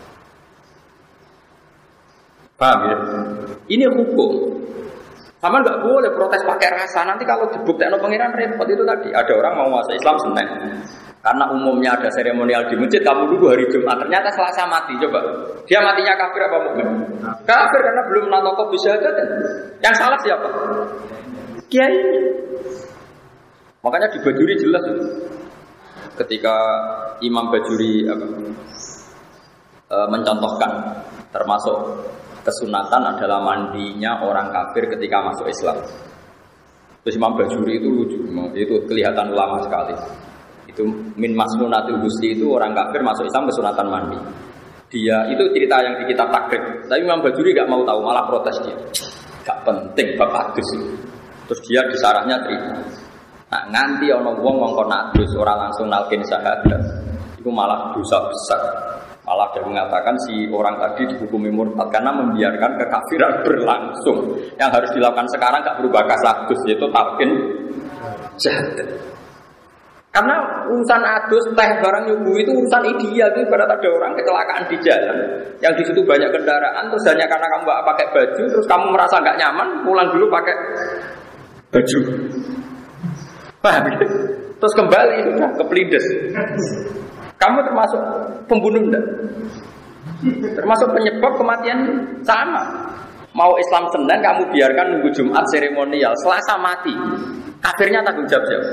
Paham ya? Ini hukum. Sama nggak boleh protes pakai rasa. Nanti kalau dibuktikan pengiran repot itu tadi. Ada orang mau masuk Islam Senin, Karena umumnya ada seremonial di masjid, kamu nunggu hari Jumat. Ternyata Selasa mati, coba. Dia matinya kafir apa mukmin? Kafir karena belum natoko bisa ada. Yang salah siapa? Kiai. Makanya di Bajuri jelas itu. Ketika Imam Bajuri mencontohkan, termasuk kesunatan adalah mandinya orang kafir ketika masuk Islam. Terus Imam Bajuri itu lucu, itu kelihatan ulama sekali. Itu min masnunatil husli itu orang kafir masuk Islam kesunatan mandi. Dia itu cerita yang di kitab takrib. Tapi Imam Bajuri gak mau tahu, malah protes dia. Gak penting bab adus. Terus dia di sarahnya terima. Nah, nganti ana wong ngongkon adus ora langsung nalkin syahadat. Itu malah dosa besar. Malah dia mengatakan si orang tadi dihukumi murtad karena membiarkan kekafiran berlangsung. Yang harus dilakukan sekarang gak berubah kasus, yaitu talqin syahadat. Karena urusan adus, teh, barang nyuguh itu urusan ideal. Itu ibarat ada orang kecelakaan di jalan yang di situ banyak kendaraan, terus hanya karena kamu gak pakai baju, terus kamu merasa gak nyaman, pulang dulu pakai baju. Paham? Terus kembali sudah kepelindes. Kamu termasuk pembunuh enggak? Termasuk penyebab kematian sama. Mau Islam Senin kamu biarkan nunggu Jumat seremonial, Selasa mati. Akhirnya tanggung jawab siapa?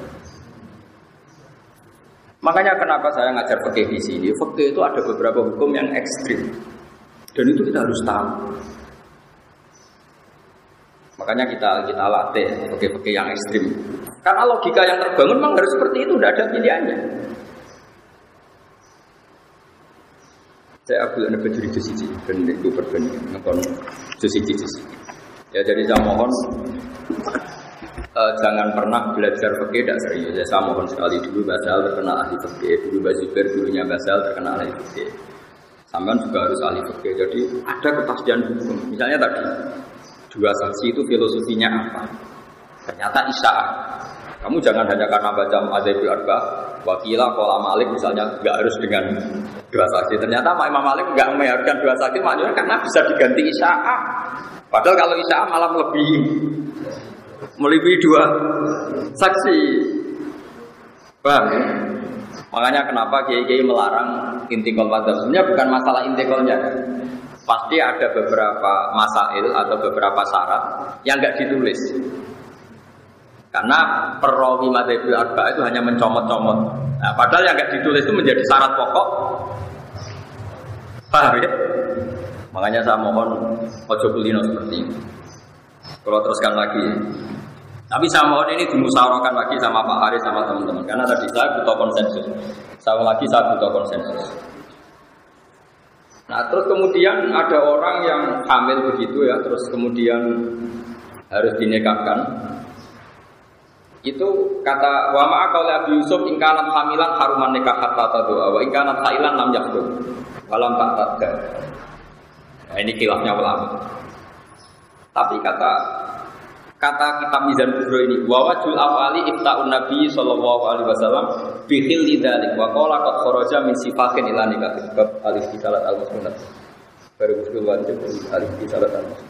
Makanya kenapa saya ngajar fikih di sini? Fikih itu ada beberapa hukum yang ekstrim, dan itu kita harus tahu. Makanya kita latih fikih-fikih yang ekstrim. Karena logika yang terbangun memang harus seperti itu, tidak ada pilihannya. Saya ambil anak Bajuri di sini, dan itu perbandingan dengan di sini. Ya jadi saya mohon. Jangan pernah belajar fikih tidak serius. Saya mohon sekali dulu Basal terkenal ahli fikih, dulu Bazubair dulunya Basal terkenal ahli fikih. Sampai juga harus ahli fikih. Jadi ada kepastian hukum. Misalnya tadi dua saksi itu filosofinya apa? Ternyata isya'ah. Kamu jangan hanya karena baca Madzhabul Arba'ah, wakilah qala Malik misalnya nggak harus dengan dua saksi. Ternyata Imam Malik nggak mengharuskan dua saksi maknanya karena bisa diganti isya'ah. Padahal kalau isya'ah malah melebihi dua saksi. Paham ya? Makanya kenapa kiai-kiai melarang intikal madzhab. Sebenarnya bukan masalah intikalnya. Pasti ada beberapa masail atau beberapa syarat yang enggak ditulis. Karena perawi Madzhabul Arba'ah itu hanya mencomot-comot. Nah, padahal yang enggak ditulis itu menjadi syarat pokok. Paham ya? Makanya saya mohon ojo kulino seperti ini. Kalau teruskan lagi. Tapi saya mohon ini dimusyawarahkan lagi sama Pak Haris sama teman-teman. Karena tadi saya butuh konsensus. Saya butuh konsensus. Nah terus kemudian ada orang yang hamil begitu ya. Terus kemudian harus dinikahkan. Itu kata wa ma'a qauli Abi Yusuf in kanat hamilan haruman nikah hatta tadua wa in kanat hailan lam yaqdu walam ta'tadda. Nah ini khilafnya ulama. Tapi kata kitab Mizan Kubro ini wa wajhul awali ifta'un Nabi sallallahu alaihi wasallam bi khilli dzalik wa qala qad kharaja min sifatin ila nikah bab al-istisalat al-musnad baru usul wajib al-istisalat al-musnad.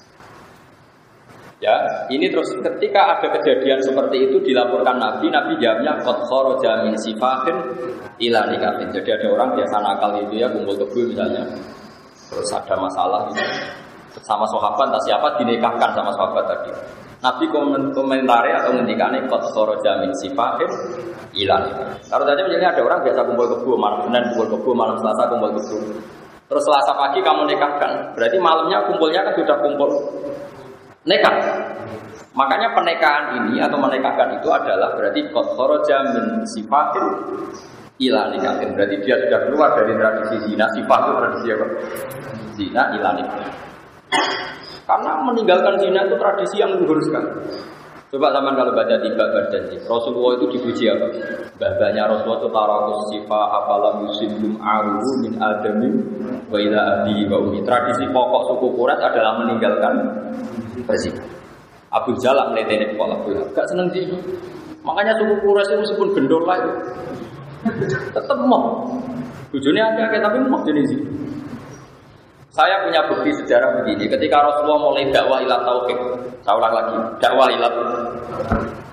Ya, ini terus ketika ada kejadian seperti itu dilaporkan Nabi jawabnya qad kharaja min sifatin ila nikah. Jadi ada orang biasa nakal itu ya kumpul kebo misalnya. Terus ada masalah gitu. Sama sahabat entah siapa dinikahkan sama sahabat tadi. Nabi komentari atau ngendikane qad kharaja min sifatin ila nikah. Kalau saja misalnya ada orang biasa kumpul kebo malam Senin kumpul kebo, malam Selasa kumpul kebo. Terus Selasa pagi kamu nikahkan. Berarti malamnya kumpulnya kan sudah kumpul nikah. Makanya pernikahan ini atau menikahkan itu adalah berarti qad kharaja min sifatin ila nikah. Berarti dia sudah keluar dari tradisi zina. Sifat itu tradisi apa? Zina ila nikah. Karena meninggalkan zina itu tradisi yang luhur sekali. Coba zaman kalau baca tiga berjanji Rasulullah itu dipuji apa? Bahasanya Rasulullah itu tarakus sifah afalam yusibum aruhu min adami wa ila abi wa umi. Tradisi pokok suku Quraisy adalah meninggalkan berzina. Abu Jalal meletene kepala bola, gak seneng zina. Makanya suku Quraisy itu meskipun gendol lah itu tetap mau. Tujuannya ada tapi mau jenis zina. Saya punya bukti sejarah begini. Ketika Rasulullah mulai dakwah ila tauhid, saya ulang lagi, dakwah ila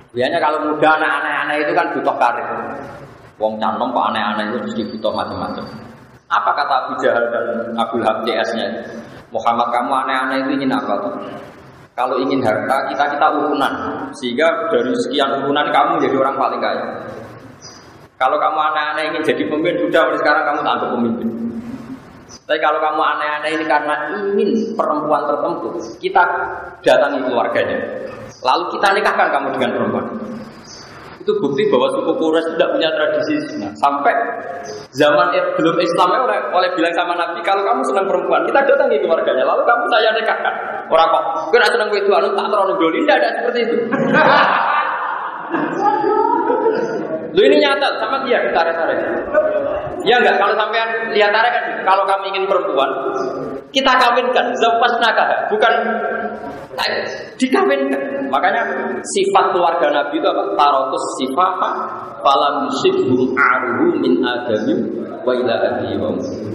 Biasanya kalau muda anak-anak itu kan butuh karir. Wong canom kok aneh-aneh itu mesti butuh macam-macam. Apa kata Abu Jahal dan Abu Lahab CS-nya? Muhammad, kamu aneh-aneh itu ingin apa tuh? Kalau ingin harta, kita urunan. Sehingga dari sekian urunan kamu jadi orang paling kaya. Kalau kamu aneh-aneh ingin jadi pemimpin, sudah sekarang kamu tak untuk pemimpin. Tapi kalau kamu aneh-aneh ini karena ingin perempuan tertentu, kita datangi keluarganya. Lalu kita nikahkan kamu dengan perempuan. Itu bukti bahwa suku Quraisy tidak punya tradisi zina. Sampai zaman belum Islamnya oleh bilang sama Nabi, kalau kamu senang perempuan, kita datangi keluarganya. Lalu kamu saya nikahkan. Orang kok, kira senang itu anu tak terlalu doli, tidak ada seperti itu. Lu ini nyata sama dia ditarik-tarik. Ya enggak, kalau sampean lihat tarik kan, kalau kamu ingin perempuan, kita kawinkan, zawwajnaka, bukan dikawinkan. Makanya sifat keluarga Nabi itu apa? Tarotus sifaha falam yusibhum aruhu min adami wa ila abihi wa ummi.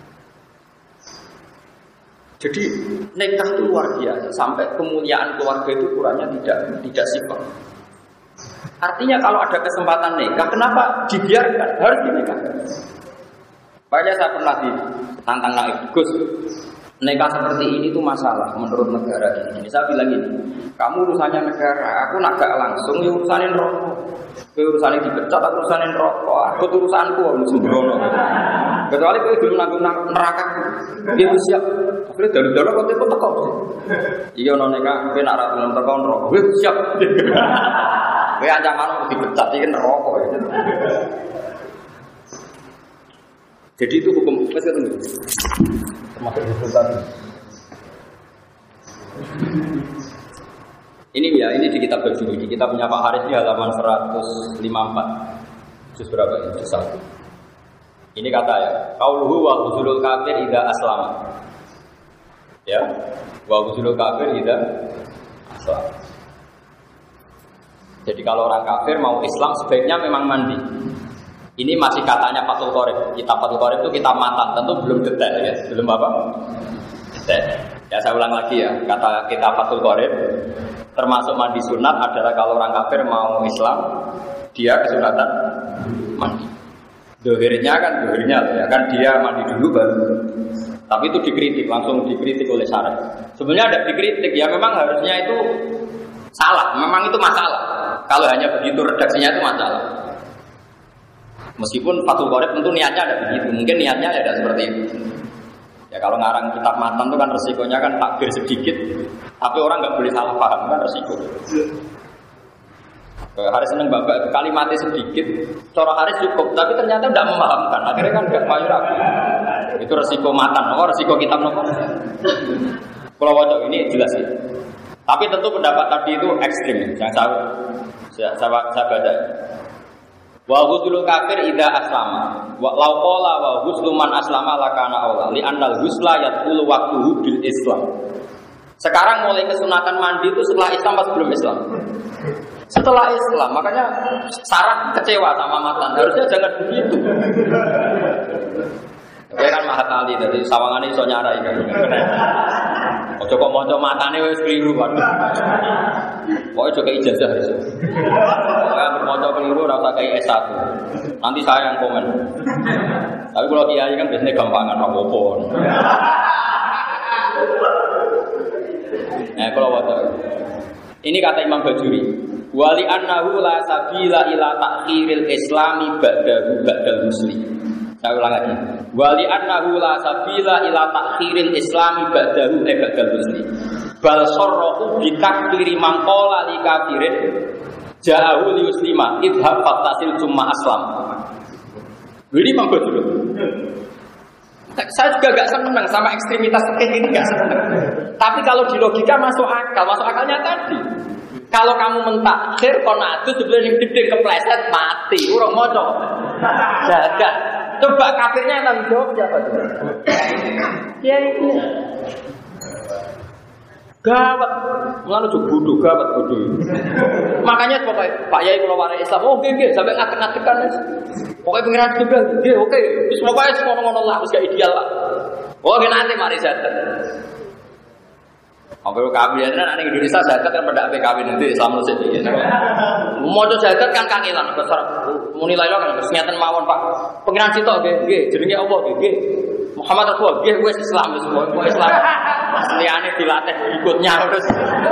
Jadi nikah itu luar biasa, sampai kemuliaan keluarga itu ukurannya tidak sifat. Artinya kalau ada kesempatan nikah, kenapa dibiarkan? Harus dinikahkan. Makanya saya pernah ditantang Naib, Gus, nikah seperti ini tuh masalah menurut negara ini. Saya bilang ini, kamu urusannya negara, aku nak gak langsung ya urusanin rokok. Urusanin dipecat, aku urusanin rokok. Aku urusanku, aku sembrono. Kecuali aku belum nanggung neraka. Dia siap. Akhirnya dari dalam kau tipe tekok. Iya non nikah, aku nak ratu dalam tekok rokok. Siap. Gue ancaman dipecat, ini rokok. Jadi itu hukum masih tunggu. Termasuk dipecat. Ini ya, ini di kitab Bajuri. Di kitab punya Pak Haris di halaman 154. Juz berapa ini? Juz 1. Ini kata ya, qauluhu wa huzulul kafir idza aslama. Ya, wa huzulul kafir idza aslama. Jadi kalau orang kafir mau Islam sebaiknya memang mandi. Ini masih katanya Fathul Qorib. Kitab Fathul Qorib itu kitab matan, tentu belum detail ya. Belum apa? Detail. Ya saya ulang lagi ya, kata kitab Fathul Qorib termasuk mandi sunat adalah kalau orang kafir mau Islam, dia kesunatan mandi. Dohirnya ya kan dia mandi dulu baru. Tapi itu dikritik, langsung dikritik oleh syarah. Sebenarnya ada dikritik ya, memang harusnya itu salah, memang itu masalah. Kalau hanya begitu redaksinya itu masalah. Meskipun Fathul Qorib tentu niatnya ada begitu, mungkin niatnya ada seperti itu. Ya kalau ngarang kitab matan itu kan resikonya kan takbir sedikit, tapi orang nggak boleh salah paham kan resiko. Haris seneng bapak kalimatnya sedikit, cara Haris cukup, tapi ternyata tidak memahamkan. Akhirnya kan nggak mayu ragu. Itu resiko matan, resiko kitab nopo. Kalau wajah ini jelas sih. Tapi tentu pendapat tadi itu ekstrim, yang saya baca. Wa ghuslu kafir idza aslama. Wa law qala wa ghuslu man aslama lakana aula li annal ghusla yadkhulu waqtuhu bil Islam. Sekarang mulai kesunatan mandi itu setelah Islam atau sebelum Islam? Setelah Islam, makanya Sarah kecewa sama matan. Harusnya jangan begitu. Dia kan Mahat Ali dari sawangane iso nyarai kan. Ojo kok maca matane wis keliru waduh. Pokoke ojo kei ijazah iso. Pokoke maca keliru ora usah kei S1. Nanti saya yang komen. Tapi kalau kiai kan biasanya gampangan apa-apa. Nah, kalau waca. Ini kata Imam Bajuri. Wali annahu la sabila ila ta'khiril islami ba'dal muslim. Saya ulang lagi. Wali annahu la sabila ila ta'khiril islami ba'dal muslim. Bal sarrahu bi takfiri man qala li kafirin ja'ahu li muslima idhab fatasil summa aslam. Ini Imam Bajuri. Saya juga gak senang sama ekstremitas seperti ini, gak senang. Tapi kalau di logika masuk akalnya tadi. Kalau kamu mentakhir konatu sebelum gede kepleset mati, urung moco. Jaga. Coba kafirnya yang tanggung jawab siapa tuh? Ya itu. Gawat, nganu juga bodoh, gawat bodoh. Makanya pokoknya Pak Yai kalau warai Islam, oh gede, sampai ngatek-ngatekan. Pokoknya pengiran juga, oke. Terus pokoknya semua ngomong lah, harus gak ideal lah. Oh nanti mari jatuh. Kalau kawin anak Indonesia zakat kan pada kawin nanti Islam lu sih. Mau zakat kan kangelan besar. Muni lailo kan keseniatan mawon Pak. Pengiran sitok nggih, jenenge apa nggih? Muhammad Rasul nggih wis Islam semua, Islam. Asliane dilatih ikutnya terus.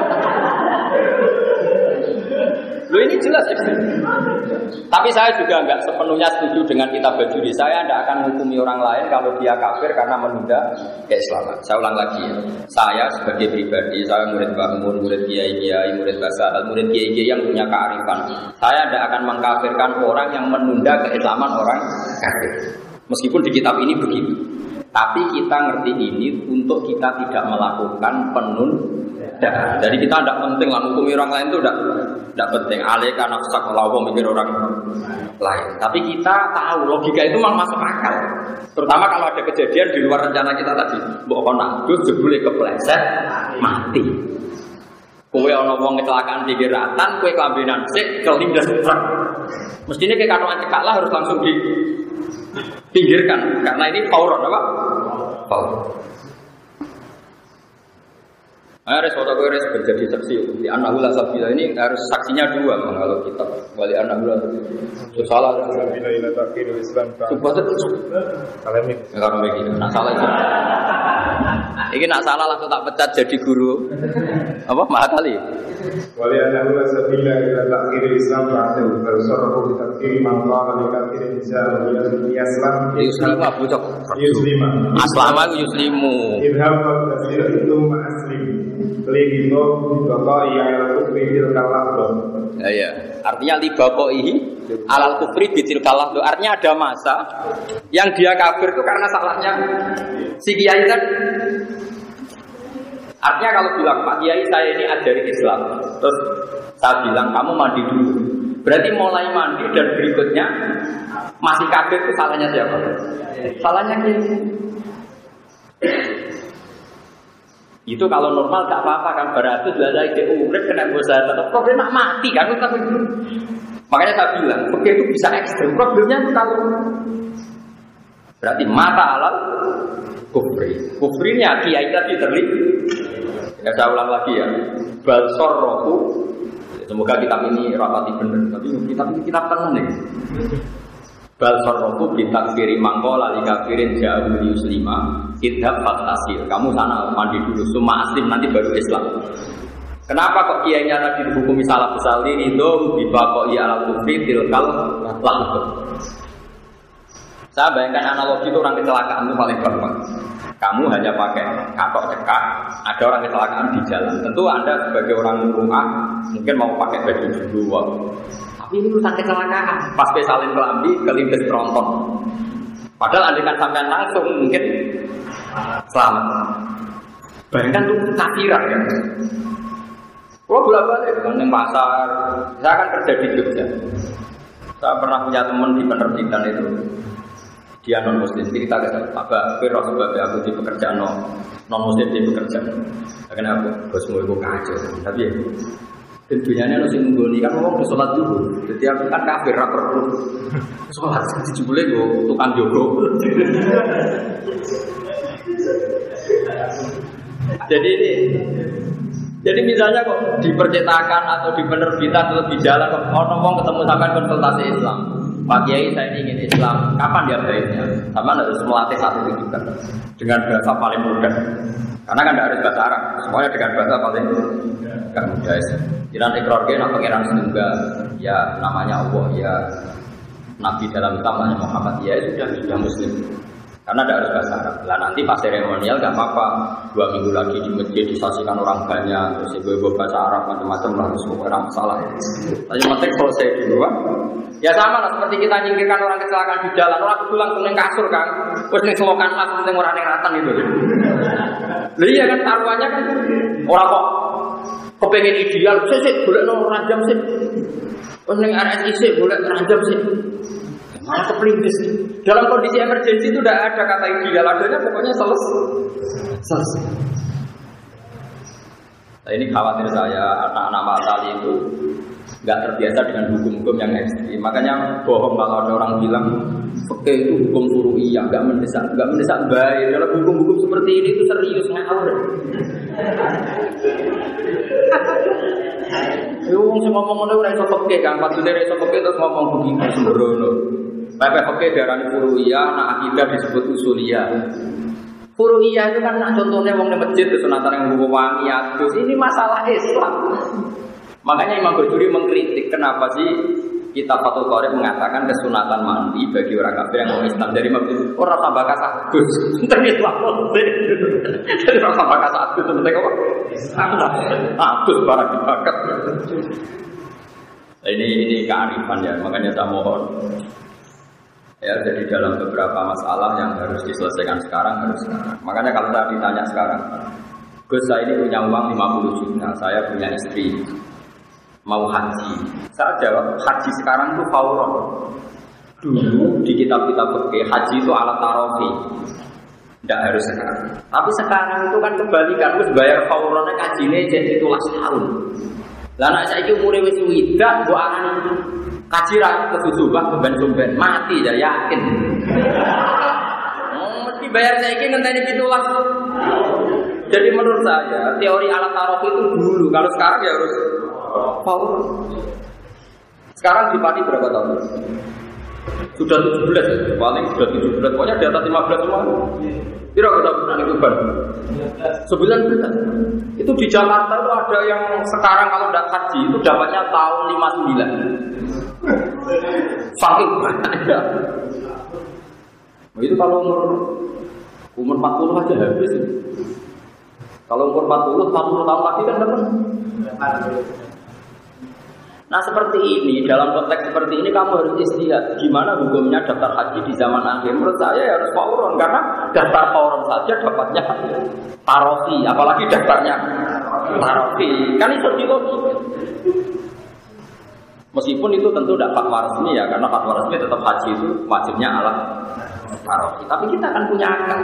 Loh ini jelas ekstrim. Tapi saya juga enggak sepenuhnya setuju dengan kitab Bajuri. Saya tidak akan menghukumi orang lain kalau dia kafir karena menunda keislaman. Saya ulang lagi ya. Saya sebagai pribadi, saya murid bangun, murid kiai, murid basal, murid kiai yang punya kearifan. Saya tidak akan mengkafirkan orang yang menunda keislaman orang kafir. Meskipun di kitab ini begitu. Tapi kita ngerti ini untuk kita tidak melakukan penundaan. Jadi kita tidak penting lah menghukumi orang lain itu tidak penting. Alika nafsak melawan mikir orang lain. Tapi kita tahu logika itu memang masuk akal. Terutama kalau ada kejadian di luar rencana kita tadi. Mbok kono adus jebule kepleset mati. Kowe ana wong kecelakaan pinggir ratan, kowe kelambenan sik kelindes truk. Mestinya kayak katokan cekak lah harus langsung dipinggirkan karena ini fauron apa? Fauron. Harus foto gue harus menjadi saksi. Di anak-anak sabila ini harus saksinya dua kalau kita wali anak-anak salah. Sabila ila takhir Islam. Kalau ini nak salah itu. Ini nak salah langsung tak pecat jadi guru. Apa mahal kali? Wali anak-anak sabila ila takhir Islam ba'da bersoroh di takhir mangkala di takhir Islam ila Islam. Yuslima bucok. Yuslima. Aslama yuslimu. Idham tasir itu ma'aslim. Lido libaqai alal kufri bil kalahdo. Ya. Artinya libaqai alal kufri bil kalahdo. Artinya ada masa yang dia kafir itu karena salahnya si kiai kan. Artinya kalau bilang Pak Kiai saya ini ajari Islam, terus saya bilang kamu mandi dulu. Berarti mulai mandi dan berikutnya masih kafir itu salahnya siapa? Salahnya kiai. Itu kalau normal gak apa-apa kan beratus lagi dia urip kena dosa tetap problem nak mati kan itu. Makanya saya bilang begitu bisa ekstrem. Problemnya itu kalau berarti mata alal kufri. Kufrinya kiai tadi terlibat. Ya saya ulang lagi ya. Balsor rohu. Semoga kitab ini rapati benar. Tapi kitab ini kitab tenang nih. Balsor rohu kita kiri mangkola li kafirin jauh yuslima. Idhab fatasir, kamu sana mandi dulu, semua aslim nanti baru Islam. Kenapa kok kiainya tadi dihukumi salah besar ini? Itu bibaqai ala kufri tilkal lahud. Saya bayangkan analogi itu orang kecelakaan itu paling gampang. Kamu hanya pakai katok cekak, ada orang kecelakaan di jalan. Tentu Anda sebagai orang rumah mungkin mau pakai baju dulu. Tapi ini urusan kecelakaan. Pas salin kelambi, kelindes tronton. Padahal andaikan sampean langsung mungkin selamat. Bayangkan itu kafiran ya. Kalau bolak-balik di pasar, saya kan kerja di Jogja. Saya pernah punya teman di penerbitan itu. Dia non muslim, kita kata Pak Firo sebabnya aku di pekerjaan non muslim di pekerjaan. Karena aku bosmu itu kacau, tapi ya. Dan dunyanya nasi menggoni kan ngomong sholat dulu. Jadi aku kan kafir rapor dulu. Sholat dijebule gue tukang jogo. Jadi misalnya kok di percetakan atau di penerbitan atau di jalan kok ngomong ketemu sampai konsultasi Islam. Pak Kiai saya ingin Islam. Kapan dia baiknya? Sama harus melatih satu itu juga dengan bahasa paling mudah. Karena kan tidak harus bahasa Arab. Semuanya dengan bahasa paling mudah. Jiran ikrarnya nak pangeran setunggal, ya namanya Allah, ya Nabi dalam namanya Muhammad, ya sudah Muslim. Karena tidak harus bahasa Arab. Lah nanti pas seremonial nggak apa-apa. 2 minggu lagi di masjid disaksikan orang banyak, terus ibu-ibu bahasa Arab macam-macam lah, semua orang masalah. Tapi penting kalau saya dulu, ya sama lah seperti kita nyingkirkan orang kecelakaan di jalan, orang itu langsung neng kasur kan, terus neng selokan lah, neng orang neng ratan itu. Lah iya kan taruhannya kan orang kok kepengen ideal, sih boleh nong rajam sih, terus neng RSI sih boleh rajam sih. Malah kepelintis. Dalam kondisi emergensi itu tidak ada kata ideal, adanya pokoknya selesai. Nah, ini khawatir saya anak-anak matali itu nggak terbiasa dengan hukum-hukum yang ekstrim. Makanya bohong kalau ada orang bilang fikih itu hukum furu'iyah, nggak mendesak baik. Dalam hukum-hukum seperti ini itu serius ngawur. Yo wong sing ngomong ngono ora iso fikih kan, padune ora iso fikih terus ngomong begitu sembrono. Pepe fikih darani furu'iyah, nah akidah disebut usuliyah. Furu'iyah itu kan contohnya wong di masjid kesunatan yang nggo wangi adus. Ini masalah Islam. Makanya Imam Bajuri mengkritik kenapa sih kitab Fathul Qorib mengatakan kesunatan mandi bagi orang kafir yang mau Islam. Dari Imam Bajuri orang tambah kasadus. Penting Islam. Jadi orang tambah kasadus penting apa? Islam. Adus barang dibakat. Ini kearifan ya. Makanya saya mohon ya, jadi dalam beberapa masalah yang harus diselesaikan sekarang harus sekarang. Makanya kalau saya ditanya sekarang, Gus saya ini punya uang 50 juta, saya punya istri, mau haji. Saya jawab, haji sekarang itu fauron. Dulu di kitab-kitab fikih haji itu alat tarofi, tidak harus sekarang. Tapi sekarang itu kan kebalikan, harus bayar fauronnya kajinya jadi 17 tahun. Lah nek saiki umure wis widak mbok arani kaji ra kesusubah ben mati ya yakin. Mesti bayar saiki ngenteni 17. Jadi menurut saya teori alat tarof itu dulu, kalau sekarang ya harus power. Sekarang dipati berapa tahun? Sudah 17 ya, paling sudah 17, pokoknya di atas 15 semua. Kira kita pernah itu ban 19. Itu di Jakarta itu ada yang sekarang kalau tidak haji itu dapatnya tahun 59. Saking banyak. Itu kalau umur 40 aja habis. Kalau umur 40 tahun lagi kan dapat. Nah seperti ini, dalam konteks seperti ini kamu harus istihad gimana hukumnya daftar haji di zaman akhir. Menurut saya ya harus fauron, karena daftar fauron saja dapatnya tarofi, apalagi daftarnya tarofi. Kan itu logika. Meskipun itu tentu tidak fatwa resmi ya, karena fatwa resmi tetap haji itu wajibnya ala tarofi. Tapi kita akan punya akal.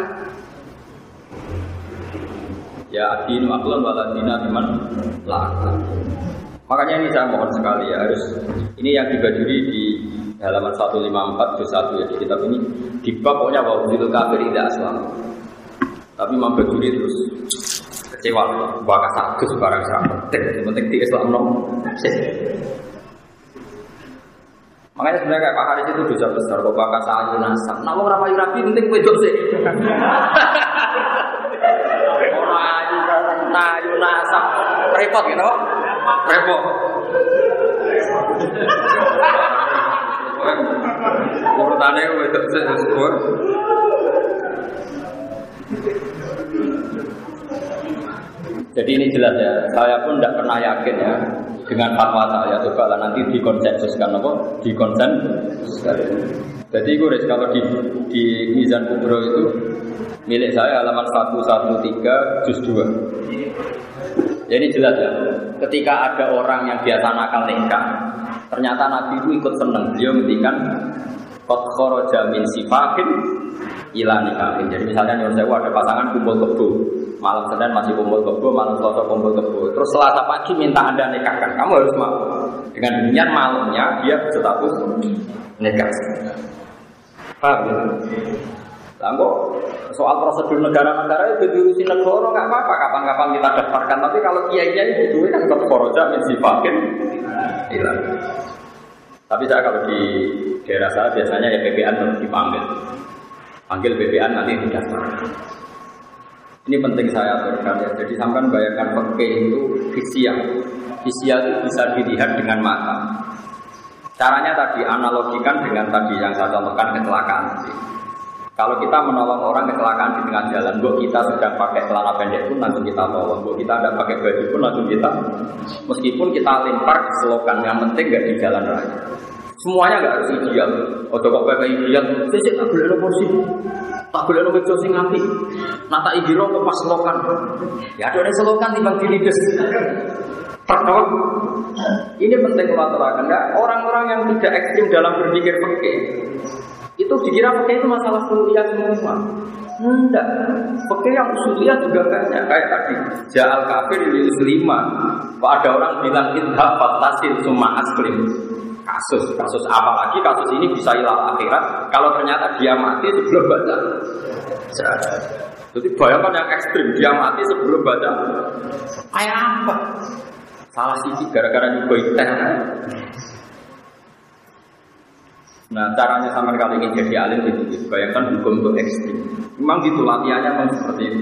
Ya adinu aqlan waladina biman la'akal. Makanya ini saya mohon sekali ya, harus ini yang dibajuri di halaman 154 juz 1 ya, di kitab ini di bab pokoknya wa'udzubil kafir tidak aslam. Tapi Imam Bajuri terus kecewa, bakas agus barang sangat penting di Islam no. Makanya sebenarnya kayak Pak Haris itu dosa besar, kok bakas ayu nasab. Nah mau rapayu rapi penting wedok sih. Orang ayu nasab repot gitu. Repot. Urutannya wedok sesuatu. Jadi ini jelas ya. Saya pun tidak pernah yakin ya dengan fatwa saya. Coba lah nanti dikonsensuskan apa? Dikonsensuskan. Jadi gue kalau di Mizan Kubro itu milik saya halaman 113 juz 2. Jadi jelas ya. Ketika ada orang yang biasa nakal nikah, ternyata Nabi itu ikut senang. Dia ngendikan qad kharaja min sifahin ila nikahin. Jadi misalnya nyuruh saya ada pasangan kumpul kebo, malam Senin masih kumpul kebo, malam Selasa kumpul kebo. Terus Selasa pagi minta Anda nikahkan, kamu harus mau. Dengan demikian malamnya dia berstatus nikah. Paham ya? Kok soal prosedur negara-negara itu diurusin negara nggak apa-apa, kapan-kapan kita daftarkan. Tapi kalau kiai-kiai itu kan koroja mensifakin hilang. Tapi saya kalau di daerah saya biasanya ya PPN harus dipanggil, panggil PPN nanti didaftarkan. Ini penting saya aturkan ya. Jadi sampai bayangkan fikih itu fiksiah. Fiksiah itu bisa dilihat dengan mata. Caranya tadi analogikan dengan tadi yang saya contohkan kecelakaan. Kalau kita menolong orang kecelakaan di tengah jalan, buat kita sedang pakai celana pendek pun langsung kita tolong. Buat kita tidak pakai baju pun langsung kita, meskipun kita lempar ke selokan, yang penting nggak di jalan raya. Semuanya nggak harus ideal. Oh coba pakai ideal, saya tak boleh kursi, tak boleh meja sing api, nata igiro ke pas selokan. Ya ada selokan timbang dilides. Pertama, ini penting kalau terangkan. Orang-orang yang tidak ekstrim dalam berpikir fikih itu Itu dikira pakai itu masalah kuliah semua. Enggak, pakai yang usuliyah juga banyak. Kayak tadi, ja'al kafir di muslimah. Kok ada orang bilang idhab fattasil summa aslim. Kasus apalagi kasus ini bisa ilal akhirat. Kalau ternyata dia mati sebelum baca. Jadi bayangkan yang ekstrim, dia mati sebelum baca. Kayak apa? Salah siji gara-gara nyoba teh. Nah, caranya sama kali ini jadi alim gitu. Bayangkan hukum itu ekstrim. Memang gitu latihannya memang seperti itu.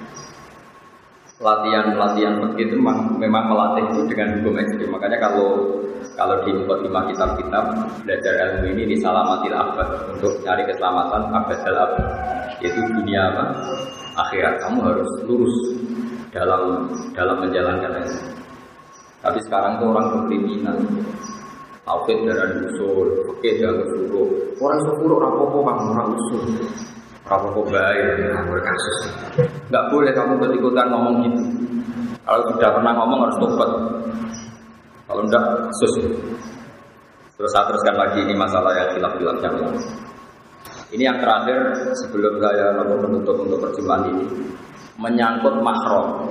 Latihan begitu memang melatih itu dengan hukum ekstrim. Makanya kalau di mukadimah kitab-kitab belajar ilmu ini di salamatil abad untuk cari keselamatan abad al-abad, yaitu dunia apa? Akhirat. Kamu harus lurus dalam menjalankan itu. Tapi sekarang tuh orang berkriminal. Tauhid darah usul, oke jangan suruh. Orang suruh rapopo kamu orang usul, rapopo baik, berkasus. Nggak boleh kamu berikutan ngomong gitu. Kalau sudah pernah ngomong harus tobat. Kalau enggak kasus. Terus saya teruskan lagi ini masalah yang khilaf-khilaf yang lain. Ini yang terakhir sebelum saya menutup untuk perjumpaan ini menyangkut mahram.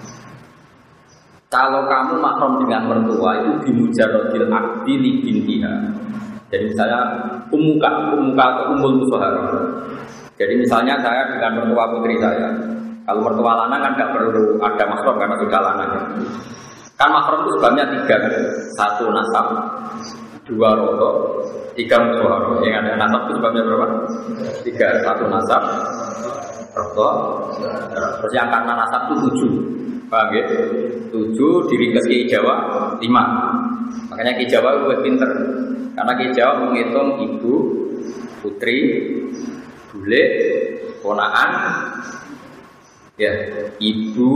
Kalau kamu mahram dengan mertua itu bimujarodil akdi li bintiha. Jadi misalnya umuka atau umul musohara. Jadi misalnya saya dengan mertua putri saya. Kalau mertua lanang kan nggak perlu ada mahram karena sudah lanang. Kan mahram itu sebabnya 3, 1 nasab, 2 roto, 3 musohara. Yang ada nasab itu sebabnya berapa? 3, 1 nasab, roto, terus yang karena nasab itu 7. Paham ya? 7 diringkas Ki Jawa 5. Makanya Ki Jawa lebih pinter. Karena Ki Jawa menghitung ibu, putri, bule, ponakan, ya, ibu,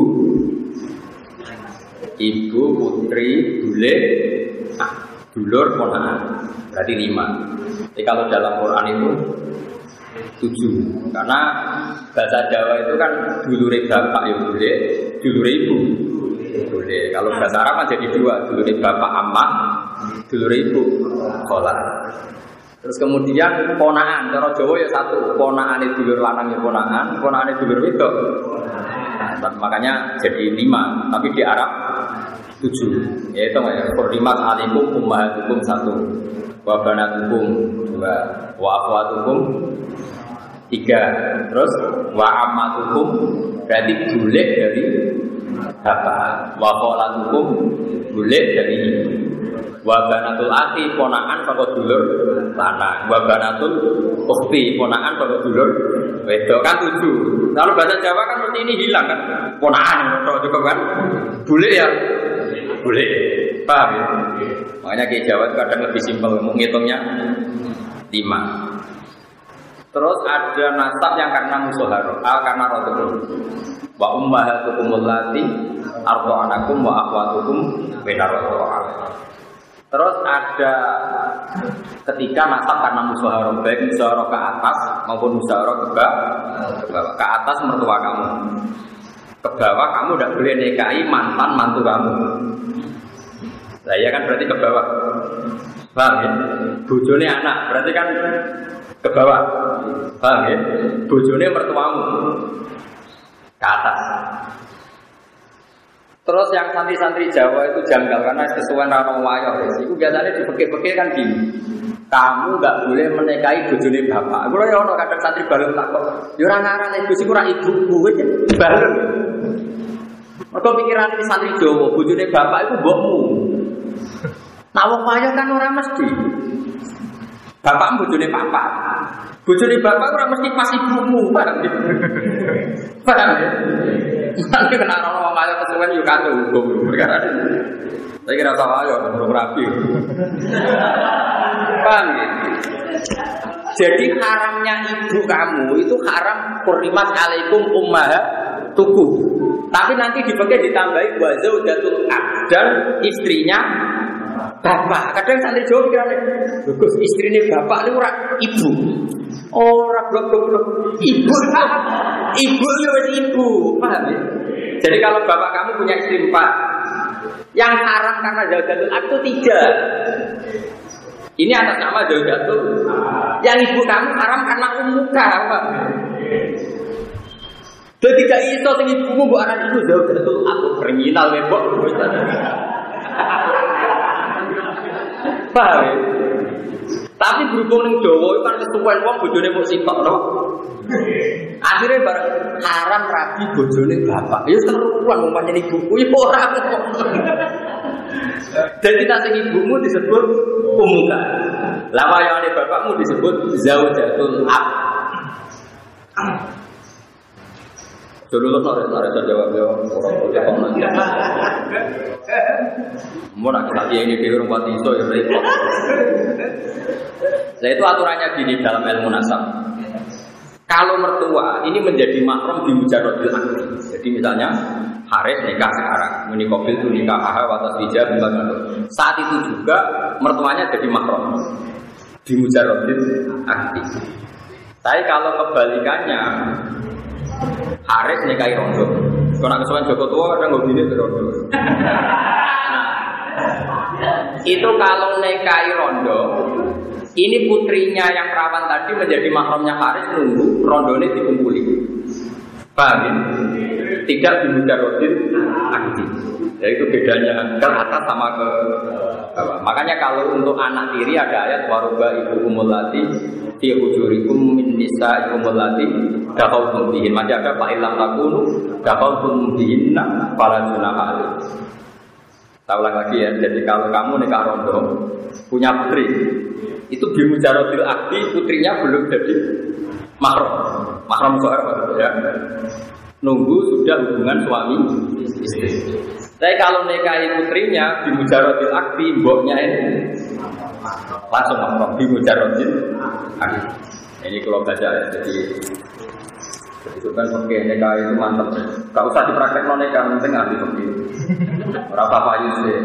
putri, bule, dulur, ponakan. Berarti 5. Jadi kalau dalam Quran itu 7. Karena bahasa Jawa itu kan dulure bapak ya boleh, dulure ibu boleh. Kalau bahasa Arab kan jadi 2, dulure bapak ammah, dulure ibu kholah. Terus kemudian ponakan, cara Jawa ya 1, ponakane dulur lanang ya ponakan, ponakane dulur wedok. Nah, makanya jadi 5, tapi di Arab 7. Ya itu ya, Qurrimat alaikum ummahatukum 1, wa banatukum 2, wa akhwatukum 3, terus wa ammatukum berarti bulik dari bapak, wa kholatukum bulik dari ibu, wa banatul akhi ponakan saka dulur lanang, wa banatul ukhti ponakan saka dulur wedok. Kan 7. Kalau bahasa Jawa kan seperti ini hilang kan, ponakan cukup kan, bulik ya bulik, paham ya? Makanya Ki Jawa kadang lebih simpel menghitungnya 5. Terus ada nasab yang karena musoharo, karena rotukum. Wa ummahatukum allati ardha'anakum wa akhwatukum minar radha'ah. Terus ada ketika nasab karena musoharo, baik musoharo ke atas maupun musoharo ke bawah. Ke atas mertua kamu, ke bawah kamu tidak boleh nikahi mantan mantu kamu. Nah, ya kan berarti ke bawah. Paham ya? Bojone anak berarti kan ke bawah. Paham ya? Bojone mertuamu ke atas. Terus yang santri-santri Jawa itu janggal karena kesuwen ra wayo. Itu biasanya dipekik-pekik kan gini. Kamu enggak boleh menikahi bojone bapak. Kulo ya ono kadang santri bareng tak kok. Ya ora ngarane Gus iku ora ibuku wis bareng. Mergo pikiran iki santri Jawa, bojone bapak iku mbokmu. Nah wong wayo kan ora mesti. Bapak bojone papa. Bojone bapak ora mesti pas ibumu, paham ya? Paham ya? Nanti kena orang wayo kesuwen yo kate hukum perkara ini. Saya kira salah yo urung rapi. Paham ya? Jadi haramnya ibu kamu itu haram Qurrimat alaikum ummahatukum. Tapi nanti dipakai ditambahi wa zaujatul dan istrinya bapak. Kadang santri Jawa pikirane, bagus istrine bapak niku ora ibu. Ora blok-blok. Ibu. Ibu ya wis ibu, paham ya? Jadi kalau bapak kamu punya istri 4, yang haram karena zaujatul itu 3. Ini atas nama zaujatul Yang ibu kamu haram karena umuka. Jadi tidak iso sing ibumu mbok aran iku jauh betul aku kriminal ya mbok. Paham ya? Tapi berhubung ning Jawa kan kesuwen wong bojone mung sitok to. Akhirnya bareng haram rabi bojone bapak. Ya seruan wong pancen ibuku ya ora. Jadi nasi ibumu disebut umuka. Lah wayane bapakmu disebut zaujatul ab. Dulu nore jawab orang mau nak kita ini di rumah iso ya repot. Nah itu aturannya gini dalam ilmu nasab. Kalau mertua ini menjadi mahram di mujarradil akdi. Jadi misalnya Haris nikah sekarang, Munikobil itu nikah watas wijah saat itu juga mertuanya jadi mahram di mujarradil akdi. Tapi kalau kebalikannya Haris nikahi rondo. Kalau nak kesuwen Joko tua kadang nggak gini rondo. Itu kalau nikahi rondo, ini putrinya yang perawan tadi menjadi mahramnya Haris nunggu rondo ini dikumpuli. Paham ya? Tidak di mujarradil akdi. Ya itu bedanya ke atas sama ke bawah. Makanya kalau untuk anak tiri ada ayat waruba ibu umulati fi hujurikum min nisaikum allati dakhaltum bihin. Masih ada fa illam takunu dakhaltum bihinna fala junaha alaikum. Saya ulang lagi ya. Jadi kalau kamu nikah rondo punya putri, itu di mujarradil akdi putrinya belum jadi mahram soal ya. Nunggu sudah hubungan suami istri. Tapi kalau nikahi putrinya di mujarradil akdi, mboknya ini langsung mahram di mujarradil akdi. Ini kalau baca ya, jadi itu kan pakai nikah itu mantap. Gak usah dipraktek nikah, penting ahli pakai. Berapa payus deh.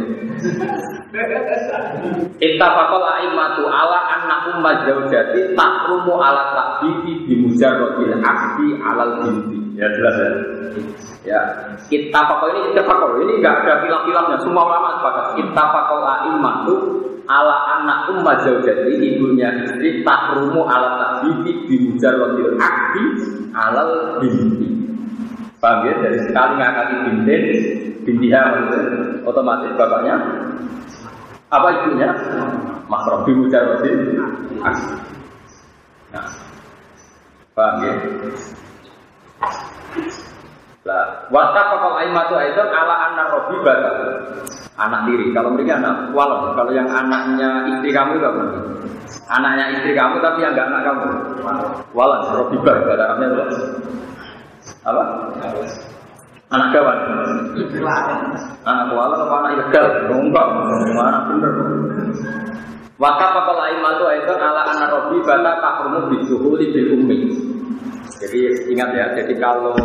Ittafaqal a'immatu ala anna umma zaujati tahrumu ala ta'bidi bi mujarradil akdi alal binti. Ya jelas ya. Ya, ittafaqal ini ittafaqal. Ini enggak ada pilah-pilahnya, semua ulama sepakat. Ittafaqal a'immatu ala anna umma zaujati ibunya istri tahrumu ala ta'bidi bi mujarradil akdi alal binti. Paham ya? Dari sekali ngangkati bintiha otomatis bapaknya apa ibunya? Mahram bi mujarradil akdi. Nah, paham ya? Lah, wattafaqal a'immatu aidan ala anna rabibata. Anak tiri, kalau mereka anak walad, kalau yang anaknya istri kamu itu apa? Anaknya istri kamu tapi yang enggak anak kamu. Walad, rabibah bahasa Arabnya itu apa? Anak kawan. Anak walad apa anak ilegal? Enggak, mana bener. Wattafaqal a'immatu aidan ala anna rabibata tahrumu bidukhuli bil ummi. Jadi ingat ya, jadi kalau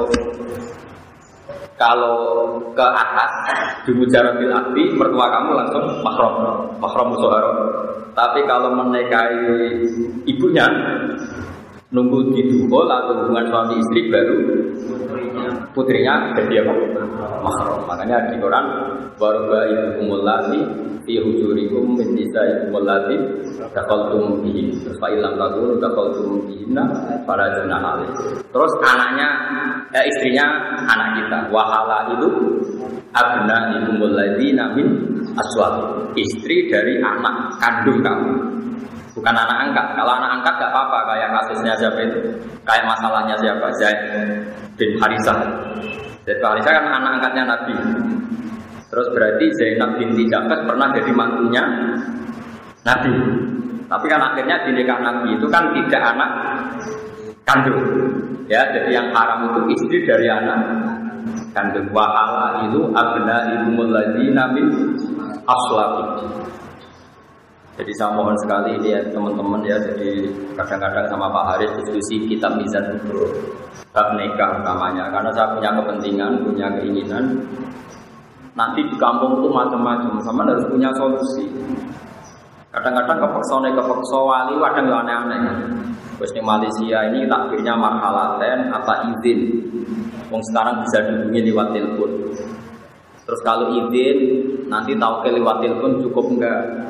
ke atas di mujarradil akdi mertua kamu langsung mahram musyawarah. Tapi kalau menikahi ibunya nunggu didukhul atau hubungan suami istri baru putrinya jadi apa? Mahram. Makanya di Quran waruba ibukumul lati fi hujurikum min nisaikum allati dakhaltum bihin. Terus fa illam takunu dakhaltum bihinna fala junaha alaikum. Terus anaknya istrinya anak kita. Wa halailu abnaikumul ladzina min aswab. Istri dari anak kandung kamu. Bukan anak angkat. Kalau anak angkat gak apa-apa. Kayak kasusnya siapa itu? Kayak masalahnya siapa? Zaid bin Harisah. Zaid bin Harisah kan anak angkatnya Nabi. Terus berarti Zainab binti Jahsh pernah jadi mantunya Nabi. Tapi kan akhirnya di nikah Nabi itu kan tidak anak kandung. Ya, jadi yang haram itu istri dari anak kandung. Wa halailu abnaikumul ladzina min aslabikum. Jadi saya mohon sekali ini ya teman-teman ya. Jadi kadang-kadang sama Pak Haris diskusi kitab Mizan Kubro bab nikah utamanya. Karena saya punya kepentingan, punya keinginan. Nanti di kampung itu macam-macam, sama harus punya solusi. Kadang-kadang kepeksa wali, kadang nggak aneh-aneh. Terus di Malaysia ini takbirnya marhalaten atau izin. Wong sekarang bisa dihubungi lewat telepon. Terus kalau izin nanti tahu ke lewat telepon cukup enggak?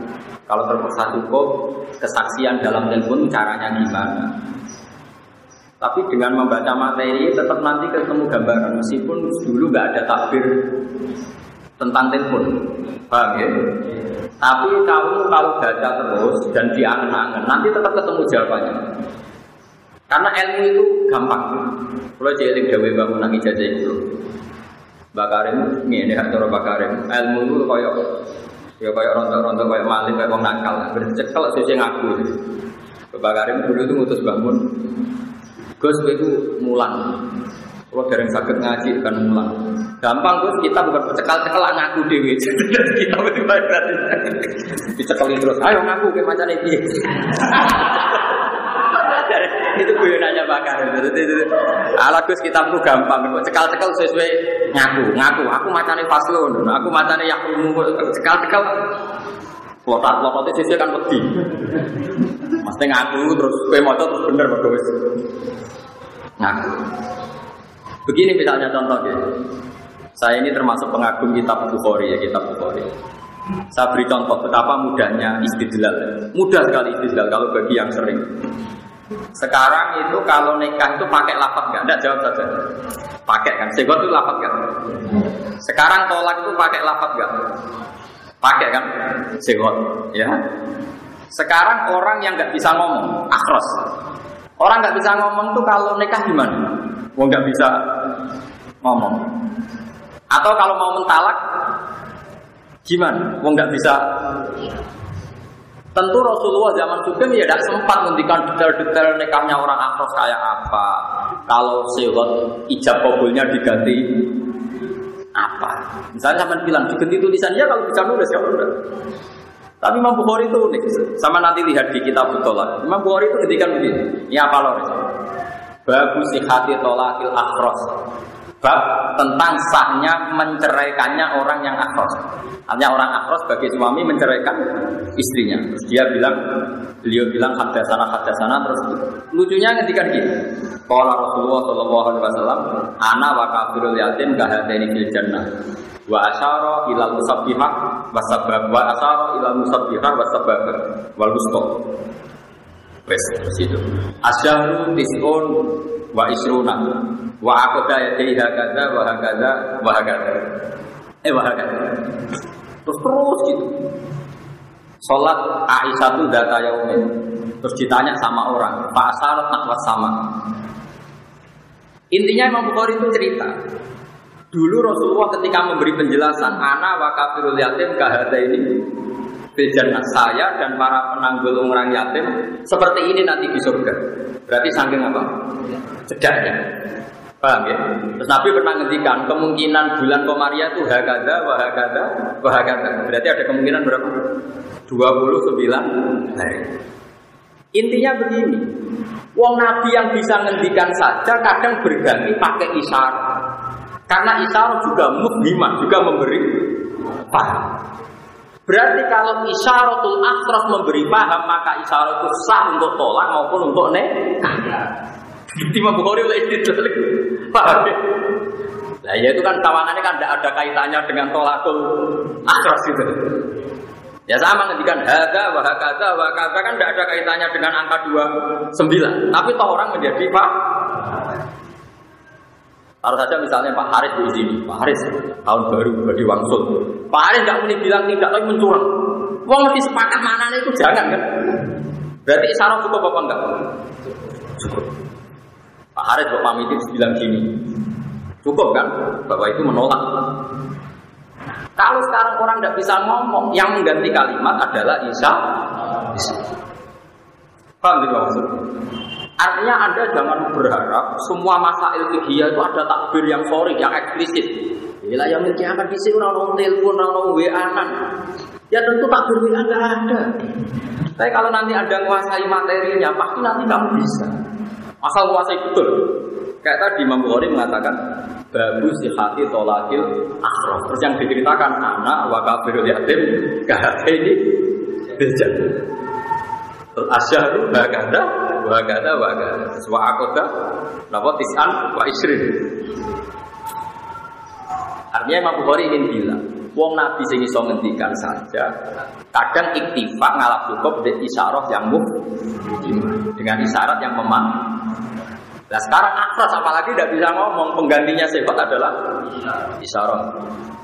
Kalau terpaksa cukup, kesaksian dalam telepon caranya gimana? Tapi dengan membaca materi tetap nanti ketemu gambaran, meskipun dulu nggak ada takbir tentang telepon, paham ya? Tapi kamu kalau baca terus dan diangen-angen, nanti tetap ketemu jawabannya. Karena ilmu itu gampang. Kalau jeling dewe bangun nang ijazah itu, Bakarim ini cara Bakarim, ilmu itu kayak rontok-rontok kayak maling kayak wong nakal, bercekel sesuai ngaku. Bakarim dulu itu ngutus bangun. Gus itu mulang. Kalau dereng sakit ngaji kan mulang. Gampang Gus, kita bukan cekal-cekal ngaku dewe. Kita betul betul dicekelin terus. Ayo ngaku ke macam ini. Itu guyonannya bakar. Ala Gus kita perlu gampang. Cekal-cekal sesuai ngaku. Aku macamnya Faslon. Aku macamnya Yakumu. Cekal-cekal. Lotot-lototnya sesuai kan pedih. Mesti ngaku terus kowe maca terus bener padha wis. Ngaku. Begini misalnya contohnya. Saya ini termasuk pengagum kitab Bukhari ya, kitab Bukhari. Saya beri contoh betapa mudahnya istidlal. Mudah sekali istidlal kalau bagi yang sering. Sekarang itu kalau nikah itu pakai lafaz enggak? Enggak, jawab saja. Pakai kan? Segot itu lafaz enggak? Sekarang tolak itu pakai lafaz enggak? Pakai kan? Segot, ya. Sekarang orang yang nggak bisa ngomong, akhros. Orang nggak bisa ngomong tuh kalau nikah gimana? Mau nggak bisa ngomong. Atau kalau mau mentalak, gimana? Mau nggak bisa. Tentu Rasulullah zaman Sugeng ya tidak sempat menghentikan detail-detail nikahnya orang akhros kayak apa. Kalau sehot ijab kabulnya diganti apa? Misalnya sama bilang diganti tulisannya kalau bisa nulis kalau enggak. Tapi Imam Bukhari itu unik. Sama nanti lihat di kitab Tolak. Imam Bukhari itu ketika begini. Ini apa loh? Babu sihati tolakil akhros. Bab tentang sahnya menceraikannya orang yang akhros. Artinya orang akhros bagi suami menceraikan istrinya. Terus beliau bilang hadasana. Terus lucunya ketika begini. Qala Rasulullah sallallahu alaihi wasallam, ana wa kafirul yatim kahadaini fil jannah. Wa asyara ilal musabbihah wasabab wa asyara ilal musabbihah wasabab wal wusta. Wes situ. Asyharu tis'un wa isruna wa aqda yadayhi hakadha wa hakadha wa hakadha. Wa hakadha. Terus gitu. Salat Aisyah itu data yaumin. Terus ditanya sama orang, Pak Asar takwas sama. Intinya Imam Bukhari itu cerita. Dulu Rasulullah ketika memberi penjelasan ana wa kafirul yatim kahada ini bejana saya dan para penanggul orang yatim seperti ini nanti di surga. Berarti saking apa? Cedaknya. Paham ya? Terus Nabi pernah ngendikan kemungkinan bulan Komariah itu hakada wa hakada wa hakada. Berarti ada kemungkinan berapa? 29 hari. Intinya begini. Wong Nabi yang bisa ngendikan saja kadang berganti pakai isyarat. Karena isyarat juga mufhimah, juga memberi paham. Berarti kalau isyaratul akhras memberi paham, maka isyarat itu sah untuk tolak maupun untuk nikah. Imam Bukhari oleh itu paham ya? Nah ya itu kan tawangannya kan tidak ada kaitannya dengan tolakul akhras itu. Ya sama ngendikan hada wa hakadha wa hakadha kan tidak ada kaitannya dengan angka 29. Tapi toh orang menjadi paham. Taruh saja misalnya Pak Haris di sini, Pak Haris tahun baru bagi wangsul. Pak Haris nggak mungkin bilang tidak, tapi mencurang. Wong mesti sepakat mana itu jangan kan? Berarti isyarat cukup apa enggak? Cukup. Pak Haris kok pamit bilang gini, cukup kan? Bahwa itu menolak. Kalau sekarang orang tidak bisa ngomong, yang mengganti kalimat adalah isyarat. Paham gitu maksudnya? Artinya Anda jangan berharap semua masail fikih itu ada takbir yang sori, yang eksplisit. Bila yang menkiamat di sini orang telepon, orang WA-an. Ya tentu takbir WA nggak ada. Tapi kalau nanti Anda menguasai materinya, pasti nanti kamu bisa. Asal menguasai betul. Kayak tadi Imam Bukhari mengatakan babu sihati tolakil akhras. Terus yang diceritakan anak wa kafirul yatim kahadaini bijan. Terus asyhadu hakada wa hakada wa hakada. Wa aqda napa tis'an wa isrin. Artinya Imam Bukhari ingin bilang, Wong Nabi sing iso ngendikan saja kadang iktifa ngalap cukup di isyarah yang dengan isyarat yang memang. Nah sekarang akras apalagi tidak bisa ngomong, penggantinya sifat adalah isyarat.